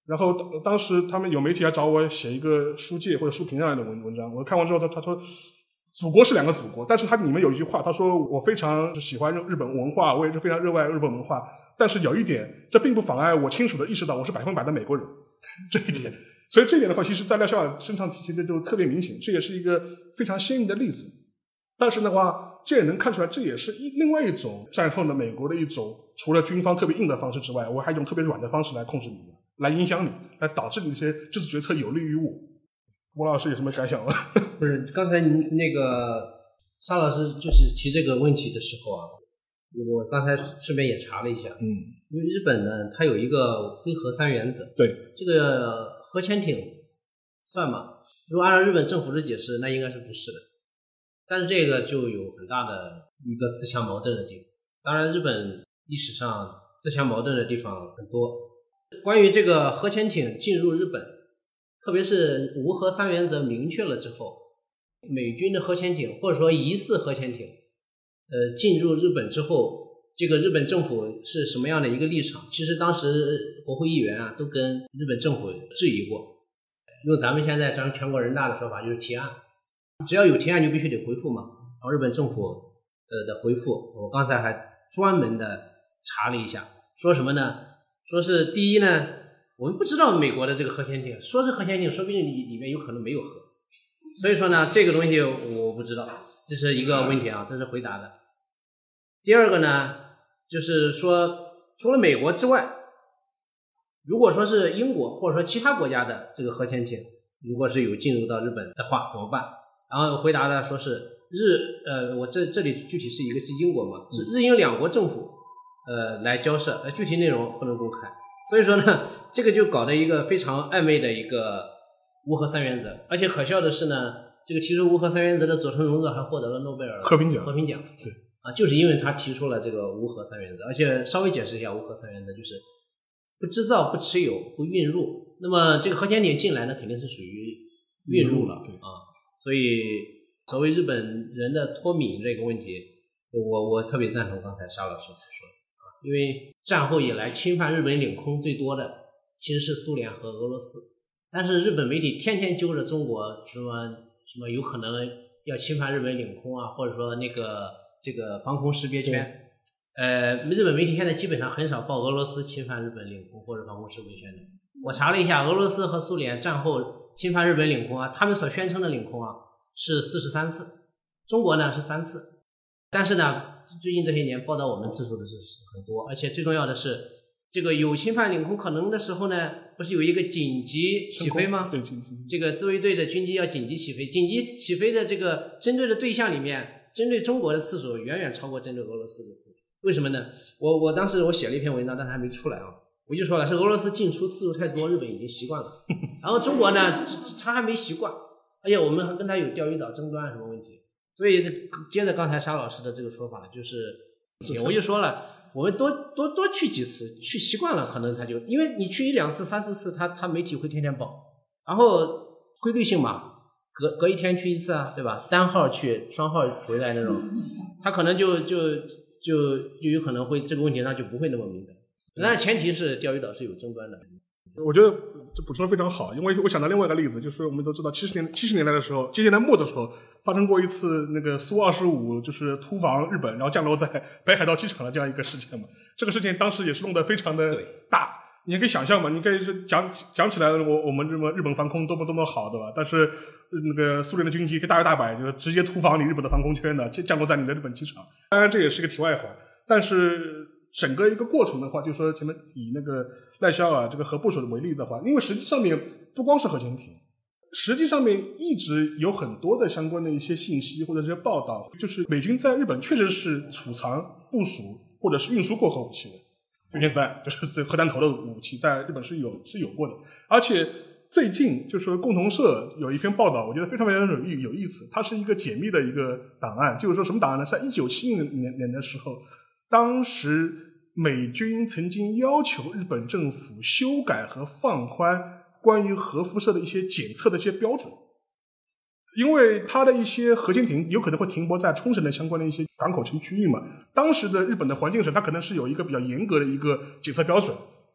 然后当时他们有媒体来找我写一个书介或者书评上来的文章，我看完之后他说祖国是两个祖国，但是他里面有一句话，他说我非常喜欢日本文化，我也是非常热爱日本文化，但是有一点，这并不妨碍我清楚地意识到我是100%的美国人这一点。所以这一点的话，其实在廖绍尔身上其实就特别明显，这也是一个非常鲜明的例子。但是的话，这也能看出来，这也是另外一种战后的美国的一种除了军方特别硬的方式之外，我还用特别软的方式来控制你，来影响你，来导致你一些政治决策有利于我。吴老师有什么感想吗？ 不是，刚才那个沙老师就是提这个问题的时候啊，我刚才顺便也查了一下，因为日本呢，它有一个非核三原则， 对， 这个核潜艇算吗？如果按照日本政府的解释，那应该是不是的。但是这个就有很大的一个自相矛盾的地方。当然，日本历史上自相矛盾的地方很多。关于这个核潜艇进入日本，特别是无核三原则明确了之后，美军的核潜艇或者说疑似核潜艇进入日本之后，这个日本政府是什么样的一个立场？其实当时国会议员啊都跟日本政府质疑过，用咱们现在全国人大的说法就是提案，只要有提案就必须得回复嘛。然后日本政府的回复，我刚才还专门的查了一下，说什么呢？说是第一呢，我们不知道美国的这个核潜艇，说是核潜艇，说不定里面有可能没有核，所以说呢，这个东西我不知道，这是一个问题啊，这是回答的。第二个呢，就是说除了美国之外，如果说是英国或者说其他国家的这个核潜艇，如果是有进入到日本的话怎么办？然后回答的说是我这里具体是一个是英国嘛，是日英两国政府来交涉，具体内容不能公开。所以说呢，这个就搞得一个非常暧昧的一个无核三原则。而且可笑的是呢，这个提出无核三原则的佐藤荣作还获得了诺贝尔和平奖。 对啊，就是因为他提出了这个无核三原则。而且稍微解释一下无核三原则，就是不制造、不持有、不运入。那么这个核潜艇进来呢，肯定是属于运入了啊。所以所谓日本人的脱敏这个问题，我特别赞同刚才沙老师所说的啊，因为战后以来侵犯日本领空最多的其实是苏联和俄罗斯，但是日本媒体天天揪着中国什么有可能要侵犯日本领空啊，或者说这个防空识别圈。日本媒体现在基本上很少报俄罗斯侵犯日本领空或者防空识别圈的。我查了一下，俄罗斯和苏联战后侵犯日本领空啊，他们所宣称的领空啊是43次，中国呢是3次。但是呢，最近这些年报道我们次数的是很多，而且最重要的是，这个有侵犯领空可能的时候呢，不是有一个紧急起飞吗？ 对， 这个自卫队的军机要紧急起飞，紧急起飞的这个针对的对象里面，针对中国的次数远远超过针对俄罗斯的次数。为什么呢？我当时我写了一篇文章，但是还没出来啊。我就说了，是俄罗斯进出次数太多，日本已经习惯了。然后中国呢，他还没习惯，而且我们还跟他有钓鱼岛争端什么问题。所以接着刚才沙老师的这个说法，就是我就说了，我们多去几次，去习惯了，可能他就因为你去1、2次、3、4次，他媒体会天天报，然后规律性嘛，隔一天去一次啊，对吧？单号去，双号回来那种，他可能就有可能会这个问题上就不会那么敏感。但前提是钓鱼岛是有争端的。 我觉得这补充的非常好，因为我想到另外一个例子，就是我们都知道70年代的时候，70年代末的时候发生过一次那个苏25就是突防日本，然后降落在北海道机场的这样一个事件嘛。这个事情当时也是弄得非常的大，你也可以想象嘛，你可以是讲起来我们日本防空多么好，对吧？但是那个苏联的军机可以大摇大摆就直接突防你日本的防空圈的，降落在你的日本机场。当然这也是个题外话，但是整个一个过程的话，就是说前面以那个赖萧尔这个核部署为例的话，因为实际上面不光是核潜艇，实际上面一直有很多的相关的一些信息或者这些报道，就是美军在日本确实是储藏、部署或者是运输过核武器的，原子弹就是这核弹头的武器，在日本是有过的。而且最近就是说共同社有一篇报道，我觉得非常有意思，它是一个解密的一个档案，就是说什么档案呢？在1970年的时候，当时美军曾经要求日本政府修改和放宽关于核辐射的一些检测的一些标准，因为它的一些核潜艇有可能会停泊在冲绳的相关的一些港口区域嘛。当时的日本的环境省它可能是有一个比较严格的一个检测标准，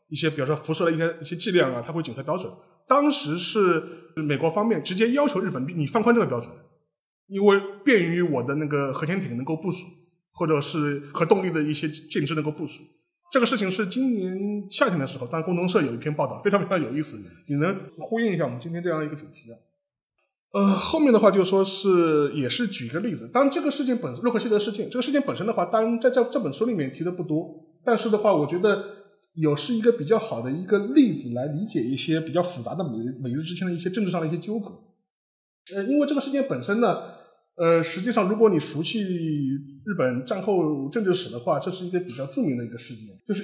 一些比如说辐射的一些剂量啊，它会检测标准。当时是美国方面直接要求日本你放宽这个标准，因为便于我的那个核潜艇能够部署，或者是核动力的一些舰只能够部署。这个事情是今年夏天的时候，当然共同社有一篇报道，非常非常有意思，你能呼应一下我们今天这样一个主题啊？后面的话就说是也是举一个例子，当然这个事件洛克希德事件，这个事件本身的话，当然在这本书里面提的不多，但是的话，我觉得是一个比较好的一个例子来理解一些比较复杂的美日之间的一些政治上的一些纠葛。因为这个事件本身呢，实际上如果你熟悉日本战后政治史的话，这是一个比较著名的一个事件，就是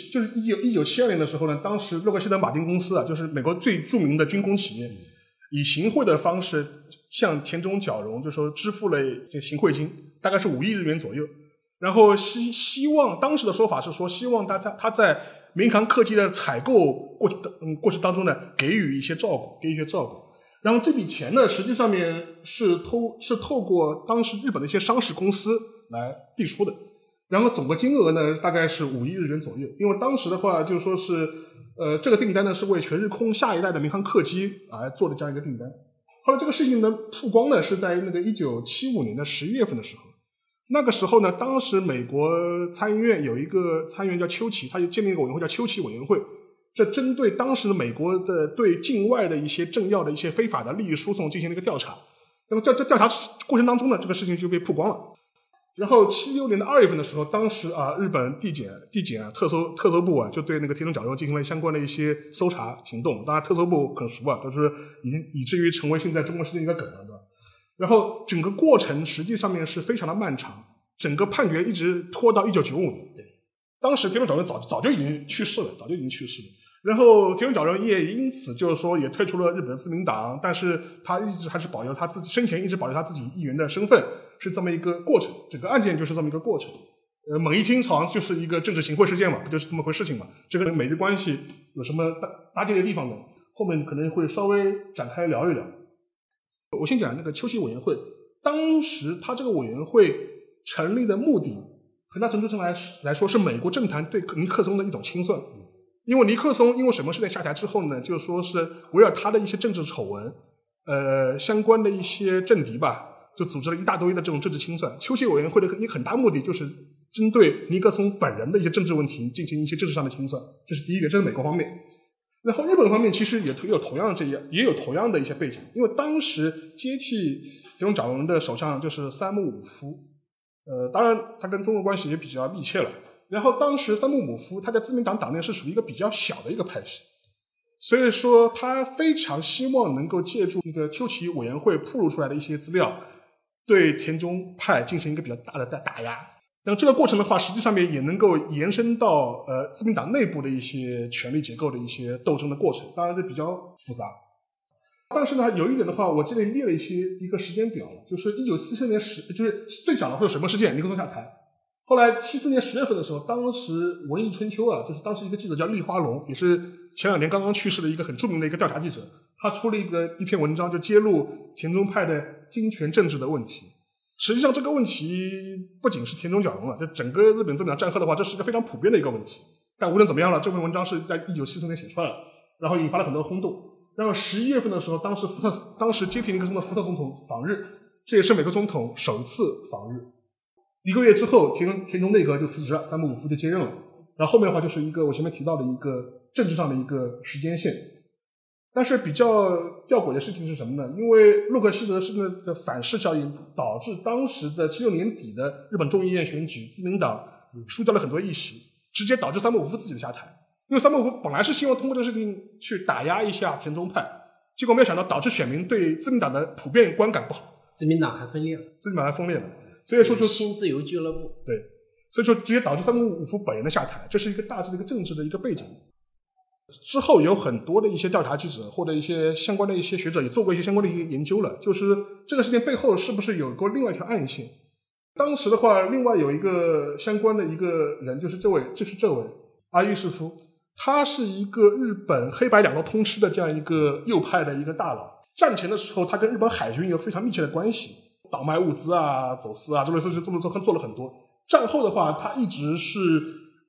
1972年的时候呢，当时洛克希德马丁公司啊，就是美国最著名的军工企业，以行贿的方式向田中角荣就说支付了这行贿金，大概是5亿日元左右，然后希望当时的说法是说，希望他在民航客机的采购过程当中呢，给予一些照顾。然后这笔钱呢，实际上面是透过当时日本的一些商事公司来递出的，然后总个金额呢大概是5亿日元左右。因为当时的话就说是这个订单呢是为全日空下一代的民航客机而做的这样一个订单。后来这个事情呢曝光呢是在那个1975年的11月份的时候，那个时候呢，当时美国参议院有一个参议员叫丘奇，他就建立一个委员会叫丘奇委员会，这针对当时的美国的对境外的一些政要的一些非法的利益输送进行了一个调查。那么这调查过程当中呢，这个事情就被曝光了。然后76年的2月份的时候，当时日本地检特搜部就对那个田中角荣进行了相关的一些搜查行动。当然特搜部很熟就是以至于成为现在中国式的一个梗了，对吧？然后整个过程实际上面是非常的漫长，整个判决一直拖到1995年。对，当时田中角荣早就已经去世了。然后田中角荣也因此就是说也退出了日本的自民党，但是他一直还是保留他自己生前一直保留他自己议员的身份，是这么一个过程。整个案件就是这么一个过程。猛一听好像就是一个政治行贿事件嘛，不就是这么回事情嘛？这个美日关系有什么搭界的地方呢？后面可能会稍微展开聊一聊。我先讲那个丘奇委员会，当时他这个委员会成立的目的，很大程度上来说是美国政坛对尼克松的一种清算。因为尼克松因为水门事件下台之后呢，就是说是围绕他的一些政治丑闻，相关的一些政敌吧，就组织了一大堆的这种政治清算。丘奇委员会的一个很大目的就是针对尼克松本人的一些政治问题进行一些政治上的清算，这是第一个，这是美国方面。然后日本方面其实也有同样的一些背景，因为当时接替田中角荣的首相就是三木武夫，当然他跟中国关系也比较密切了。然后当时三木武夫他在自民党党内是属于一个比较小的一个派系，所以说他非常希望能够借助那个丘奇委员会曝露出来的一些资料，对田中派进行一个比较大的打压。然后这个过程的话，实际上面也能够延伸到自民党内部的一些权力结构的一些斗争的过程，当然这比较复杂。但是呢，有一点的话，我这里列了一个时间表，就是1944年就是最早的会有水门事件，尼克松下台。后来74年10月份的时候，当时文艺春秋就是当时一个记者叫立花龙，也是前2年刚刚去世的一个很著名的一个调查记者，他出了一篇文章，就揭露田中派的金权政治的问题。实际上这个问题不仅是田中角荣就整个日本自民党战后的话，这是一个非常普遍的一个问题。但无论怎么样了，这篇文章是在1974年写出来了，然后引发了很多轰动。然后11月份的时候，当时接替尼克松的福特总统访日，这也是美国总统首次访日。1个月之后，田中内阁就辞职了，三木武夫就接任了。然后后面的话就是一个我前面提到的一个政治上的一个时间线。但是比较吊诡的事情是什么呢？因为洛克希德事件的反噬效应，导致当时的76年底的日本众议院选举，自民党输掉了很多议席，直接导致三木武夫自己的下台。因为三木武夫本来是希望通过这个事情去打压一下田中派，结果没有想到导致选民对自民党的普遍观感不好， 自民党还分裂了， 所以说就新自由俱乐部， 对，所以说直接导致三木武夫本人的下台，这是一个大致的一个政治的一个背景。之后有很多的一些调查记者或者一些相关的一些学者也做过一些相关的一些研究了，就是这个事件背后是不是有过另外一条暗线。当时的话，另外有一个相关的一个人，就是这位阿玉士夫，他是一个日本黑白两道通吃的这样一个右派的一个大佬。战前的时候，他跟日本海军有非常密切的关系，倒卖物资走私这类事情做了很多。战后的话，他一直是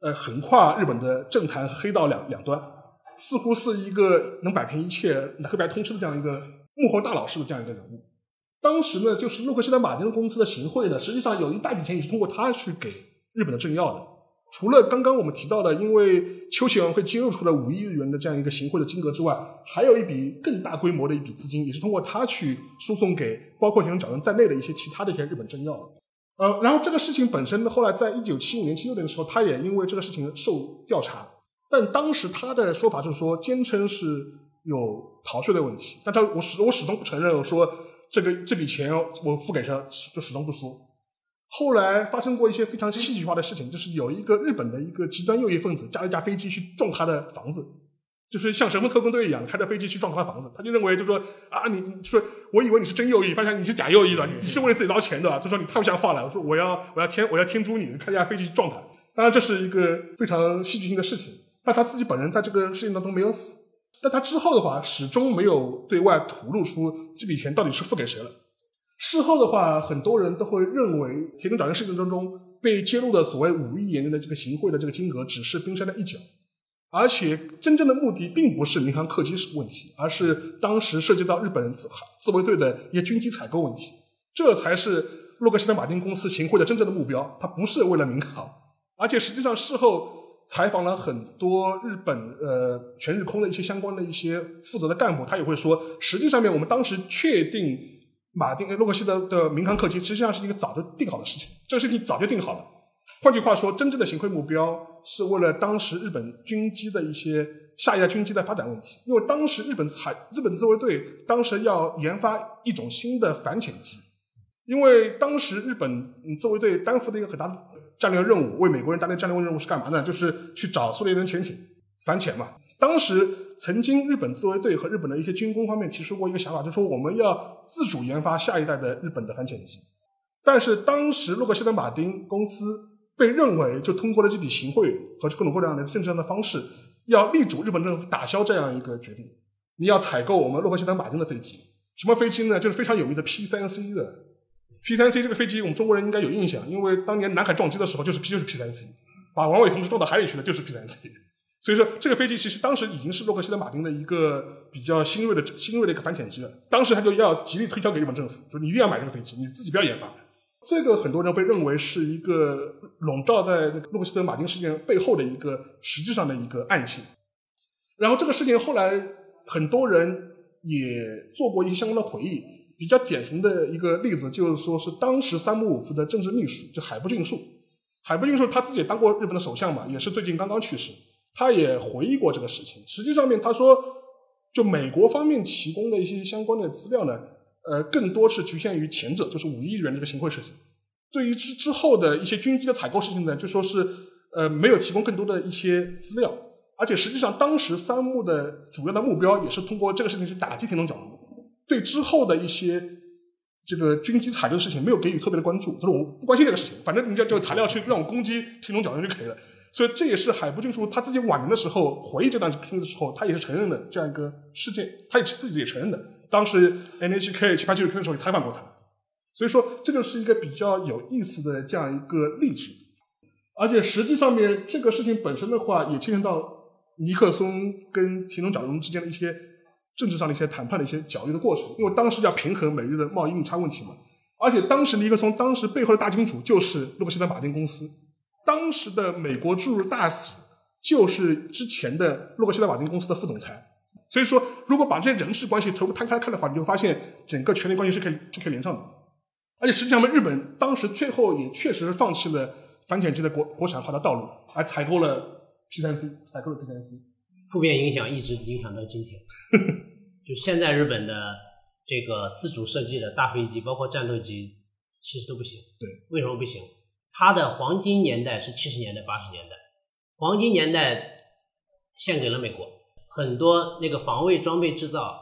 横跨日本的政坛和黑道两端，似乎是一个能摆平一切、黑白通吃的这样一个幕后大佬式的这样一个人物。当时呢，就是洛克希德马丁公司的行贿呢，实际上有一大笔钱也是通过他去给日本的政要的。除了刚刚我们提到的因为秋季奥运会揭露出了5亿日元的这样一个行贿的金额之外，还有一笔更大规模的一笔资金也是通过他去输送给包括田中角荣在内的一些其他的一些日本政要的。然后这个事情本身呢，后来在1975年、76年的时候，他也因为这个事情受调查，但当时他的说法是说，坚称是有逃税的问题，但我始终不承认说这笔钱我付给他，就始终不说。后来发生过一些非常戏剧化的事情，就是有一个日本的一个极端右翼分子驾了一架飞机去撞他的房子，就是像神风特工队一样开着飞机去撞他的房子。他就认为就说啊，你说我以为你是真右翼，发现你是假右翼的，你是为了自己捞钱的。他说你太不像话了，我说我要天诛你，开一架飞机去撞他。当然这是一个非常戏剧性的事情，但他自己本人在这个事情当中没有死，但他之后的话始终没有对外吐露出这笔钱到底是付给谁了。事后的话，很多人都会认为田中角荣事件当中被揭露的所谓5亿元的这个行贿的这个金额只是冰山的一角，而且真正的目的并不是民航客机问题，而是当时涉及到日本自卫队的一些军机采购问题，这才是洛克希德马丁公司行贿的真正的目标，它不是为了民航。而且实际上事后采访了很多日本全日空的一些相关的一些负责的干部，他也会说，实际上面我们当时确定洛克希德的民航客机实际上是一个早就定好的事情，这个事情早就定好了。换句话说，真正的行贿目标是为了当时日本军机的一些下一代军机的发展问题，因为当时日本自卫队当时要研发一种新的反潜机，因为当时日本自卫队担负的一个很大的战略任务，为美国人担任战略任务是干嘛呢？就是去找苏联人潜艇反潜嘛。当时曾经日本自卫队和日本的一些军工方面提出过一个想法，就是说我们要自主研发下一代的日本的反潜机。但是当时洛克希德马丁公司被认为就通过了这笔行贿和各种各样的政治上的方式，要力主日本政府打消这样一个决定。你要采购我们洛克希德马丁的飞机，什么飞机呢？就是非常有名的 P3C 的。P3C 这个飞机我们中国人应该有印象，因为当年南海撞击的时候就是 P3C， 把王伟同志撞到海里去的就是 P3C。所以说这个飞机其实当时已经是洛克希德马丁的一个比较新锐的一个反潜机了，当时他就要极力推销给日本政府，就你一定要买这个飞机，你自己不要研发。这个很多人被认为是一个笼罩在洛克希德马丁事件背后的一个实际上的一个暗线。然后这个事情后来很多人也做过一些相关的回忆，比较典型的一个例子就是说是当时三木武夫的政治秘书就海部俊树他自己也当过日本的首相嘛，也是最近刚刚去世，他也回忆过这个事情。实际上面他说就美国方面提供的一些相关的资料呢更多是局限于前者，就是5亿日元这个行贿事情。对于之后的一些军机的采购事情呢，就说是没有提供更多的一些资料。而且实际上当时三木的主要的目标也是通过这个事情去打击田中角荣，对之后的一些这个军机采购的事情没有给予特别的关注，他说我不关心这个事情，反正你就材料去让我攻击田中角荣就可以了。所以这也是海部俊树他自己晚年的时候回忆这段经历的时候，他也是承认的这样一个事件，他也自己也承认的。当时 NHK 787纪录片的时候也采访过他，所以说这就是一个比较有意思的这样一个例子。而且实际上面这个事情本身的话，也牵扯到尼克松跟田中角荣之间的一些政治上的一些谈判的一些角力的过程，因为当时要平衡美日的贸易逆差问题嘛。而且当时尼克松当时背后的大金主就是洛克希德马丁公司，当时的美国驻日大使就是之前的洛克希德马丁公司的副总裁。所以说如果把这些人事关系全部摊开看的话，你就发现整个权力关系是可以连上的。而且实际上日本当时最后也确实放弃了反潜机的国产化的道路，而采购了 P3C。 负面影响一直影响到今天就现在日本的这个自主设计的大飞机包括战斗机其实都不行。 对， 为什么不行？它的黄金年代是70年代80年代，黄金年代献给了美国，很多那个防卫装备制造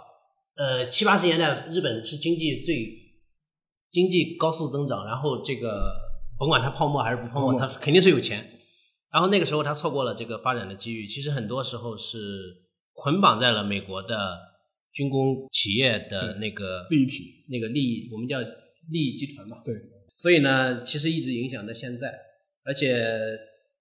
70、80年代日本是经济高速增长，然后这个甭管它泡沫还是不泡沫，它肯定是有钱。然后那个时候他错过了这个发展的机遇，其实很多时候是捆绑在了美国的军工企业的那个利益体， 那个利益，我们叫利益集团嘛。 对， 所以呢，其实一直影响到现在。而且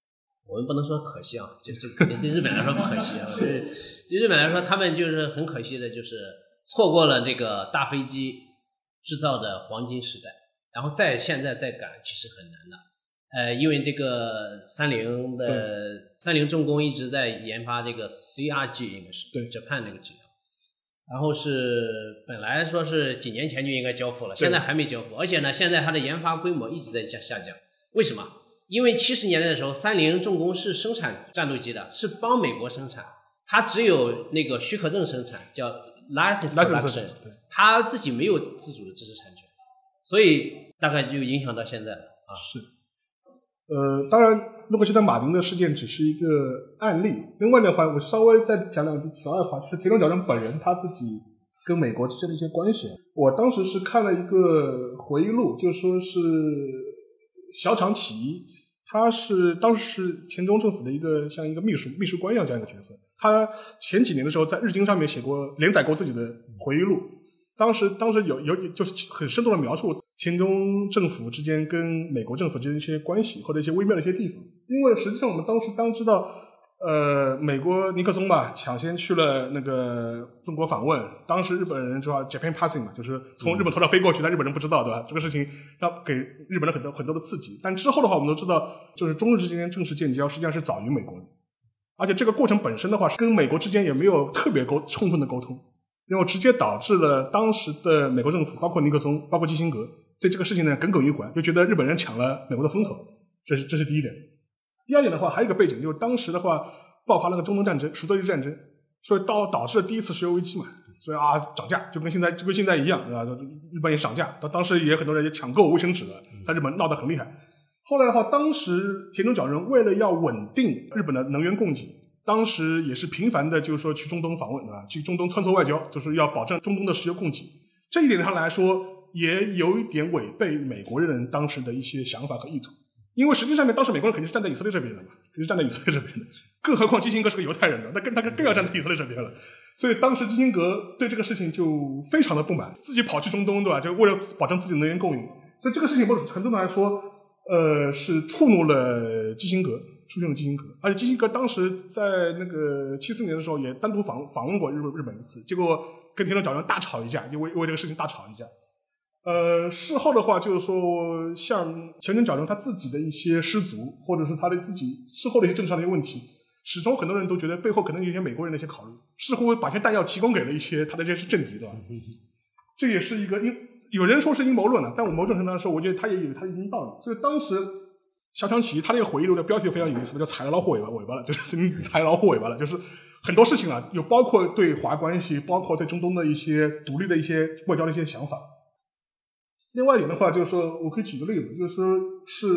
我们不能说可惜啊，这对日本来说不可惜啊。对日本来说，他们就是很可惜的，就是错过了这个大飞机制造的黄金时代，然后现在再赶其实很难的。因为这个三菱重工一直在研发这个 CRG， 应该是对 Japan 那个质量，然后是本来说是几年前就应该交付了，现在还没交付，而且呢，现在它的研发规模一直在下降。为什么？因为70年代的时候，三菱重工是生产战斗机的，是帮美国生产，它只有那个许可证生产，叫 license production， 它自己没有自主的知识产权，所以大概就影响到现在了啊。 是。当然，洛克希德马丁的事件只是一个案例。另外的话，我稍微再讲两句题外话，就是田中角荣本人他自己跟美国之间的一些关系。我当时是看了一个回忆录，就说是小厂起义，他是当时是田中政府的一个像一个秘书官一样这样一个角色。他前几年的时候在日经上面连载过自己的回忆录，当时有就是很生动的描述田中政府之间跟美国政府之间的一些关系或者一些微妙的一些地方。因为实际上我们当知道美国尼克松吧抢先去了那个中国访问，当时日本人说 Japan Passing 嘛，就是从日本头上飞过去，但日本人不知道，对吧？这个事情让给日本人很多的刺激。但之后的话我们都知道，就是中日之间正式建交实际上是早于美国的，而且这个过程本身的话跟美国之间也没有特别充分的沟通，然后直接导致了当时的美国政府包括尼克松包括基辛格对这个事情呢耿耿于怀，就觉得日本人抢了美国的风头，这是第一点。第二点的话还有一个背景，就是当时的话爆发了个中东战争，赎罪日战争，所以导致了第一次石油危机嘛，所以涨价就跟现在一样，日本也涨价，当时也很多人也抢购卫生纸了，在日本闹得很厉害。后来的话，当时田中角荣为了要稳定日本的能源供给，当时也是频繁的就是说去中东访问啊，去中东穿梭外交，就是要保证中东的石油供给。这一点上来说也有一点违背美国人当时的一些想法和意图，因为实际上面当时美国人肯定是站在以色列这边的嘛，肯定是站在以色列这边的，更何况基辛格是个犹太人的，那他更要站在以色列这边了。所以当时基辛格对这个事情就非常的不满，自己跑去中东，对吧？就为了保证自己的能源供应，所以这个事情某种程度上来说是触怒了基辛格，而且基辛格当时在那个74年的时候也单独访问过日本一次，结果跟田中角荣大吵一架，就为这个事情大吵一架。事后的话就是说像田中角荣他自己的一些失足，或者是他的自己事后的一些政治上的一些问题，始终很多人都觉得背后可能有一些美国人的一些考虑，似乎把一些弹药提供给了一些他的这些政敌，对吧？这也是一个有人说是阴谋论了，但我某种程度上说我觉得他也有他的一定道理。所以当时小厂起义他那个回忆录的标题非常有意思，叫踩了老虎尾巴了，就是踩老虎尾巴了，就是很多事情啊，有包括对华关系，包括对中东的一些独立的一些外交的一些想法。另外一点的话就是说我可以举个例子，就是说是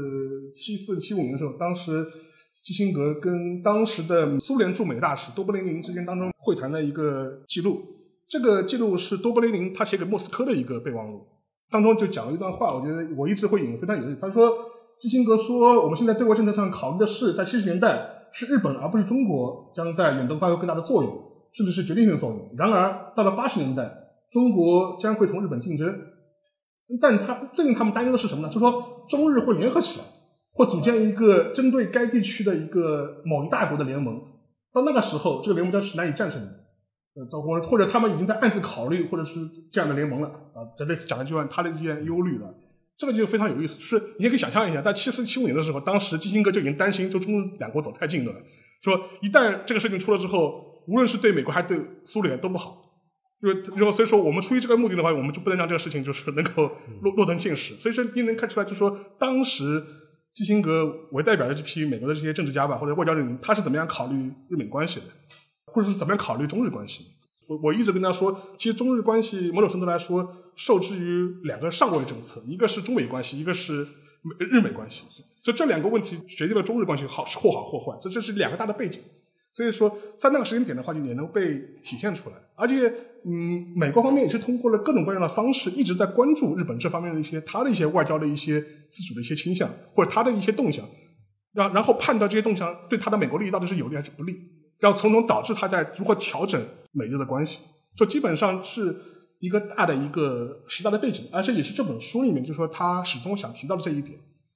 74、75年的时候，当时基辛格跟当时的苏联驻美大使多布雷宁之间当中会谈的一个记录，这个记录是多布雷宁他写给莫斯科的一个备忘录，当中就讲了一段话，我觉得我一直会引用，非常有意思。他说基辛格说我们现在对外政策上考虑的是在70年代是日本而不是中国将在远东发挥更大的作用，甚至是决定性的作用，然而到了80年代中国将会同日本竞争，但最近他们担忧的是什么呢？就是说中日会联合起来，或组建一个针对该地区的一个某一大国的联盟，到那个时候这个联盟将是难以战胜的，或者他们已经在暗自考虑或者是这样的联盟了这类似讲的就按他的一些忧虑了。这个就非常有意思，就是你也可以想象一下，在74、75年的时候，当时基辛格就已经担心就中日两国走太近了，说一旦这个事情出了之后，无论是对美国还是对苏联都不好。所以说我们出于这个目的的话，我们就不能让这个事情就是能够落成现实。所以说你能看出来，就是说当时基辛格为代表的这批美国的这些政治家吧，或者外交人员，他是怎么样考虑日美关系的，或者是怎么样考虑中日关系的。我一直跟他说，其实中日关系某种程度来说受制于两个上位政策，一个是中美关系，一个是日美关系，所以这两个问题决定了中日关系或好或坏，这是两个大的背景。所以说在那个时间点的话也能被体现出来，而且美国方面也是通过了各种各样的方式一直在关注日本这方面的一些他的一些外交的一些自主的一些倾向，或者他的一些动向，然后判断这些动向对他的美国利益到底是有利还是不利，然后从中导致他在如何调整美日的关系，就基本上是一一个大的一个时代的背景，而且也是这本书里面就是说他始终想提到的这一点。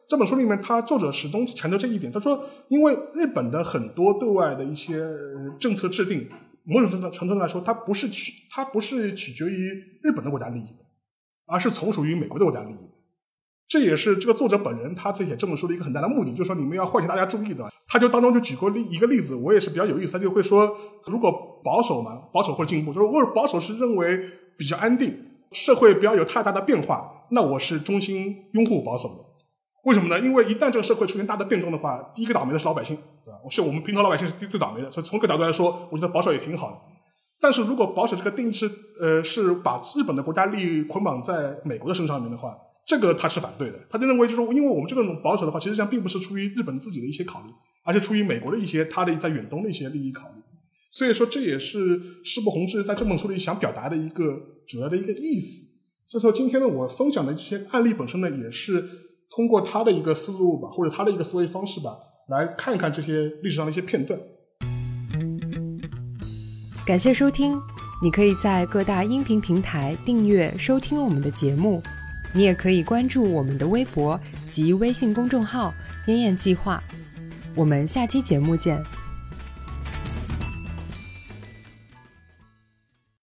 这本书里面，作者始终强调这一点。他说，因为日本的很多对外的一些政策制定，某种程度来说，它不是取决于日本的国家利益的，而是从属于美国的国家利益的。这也是这个作者本人他写这本书的一个很大的目的，就是说你们要唤醒大家注意的。他就当中就举过一个例子，我也是比较有意思，他就会说，如果保守或者进步，就是如果保守是认为比较安定，社会不要有太大的变化，那我是衷心拥护保守的。为什么呢？因为一旦这个社会出现大的变动的话，第一个倒霉的是老百姓，对吧？是我们平头老百姓是最倒霉的，所以从这个角度来说，我觉得保守也挺好的。但是如果保守这个定义是把日本的国家利益捆绑在美国的身上面的话，这个他是反对的。他就认为就是说，因为我们这种保守的话，其实上并不是出于日本自己的一些考虑，而是出于美国的一些他的在远东的一些利益考虑。所以说这也是矢部弘之在这本书里想表达的一个主要的一个意思。所以说今天呢，我分享的这些案例本身呢，也是通过他的一个思路吧，或者他的一个思维方式吧，来看一看这些历史上的一些片段。 感谢收听，你可以在各大音频平台订阅收听我们的节目，你也可以关注我们的微博及微信公众号“燕燕计划”。我们下期节目见。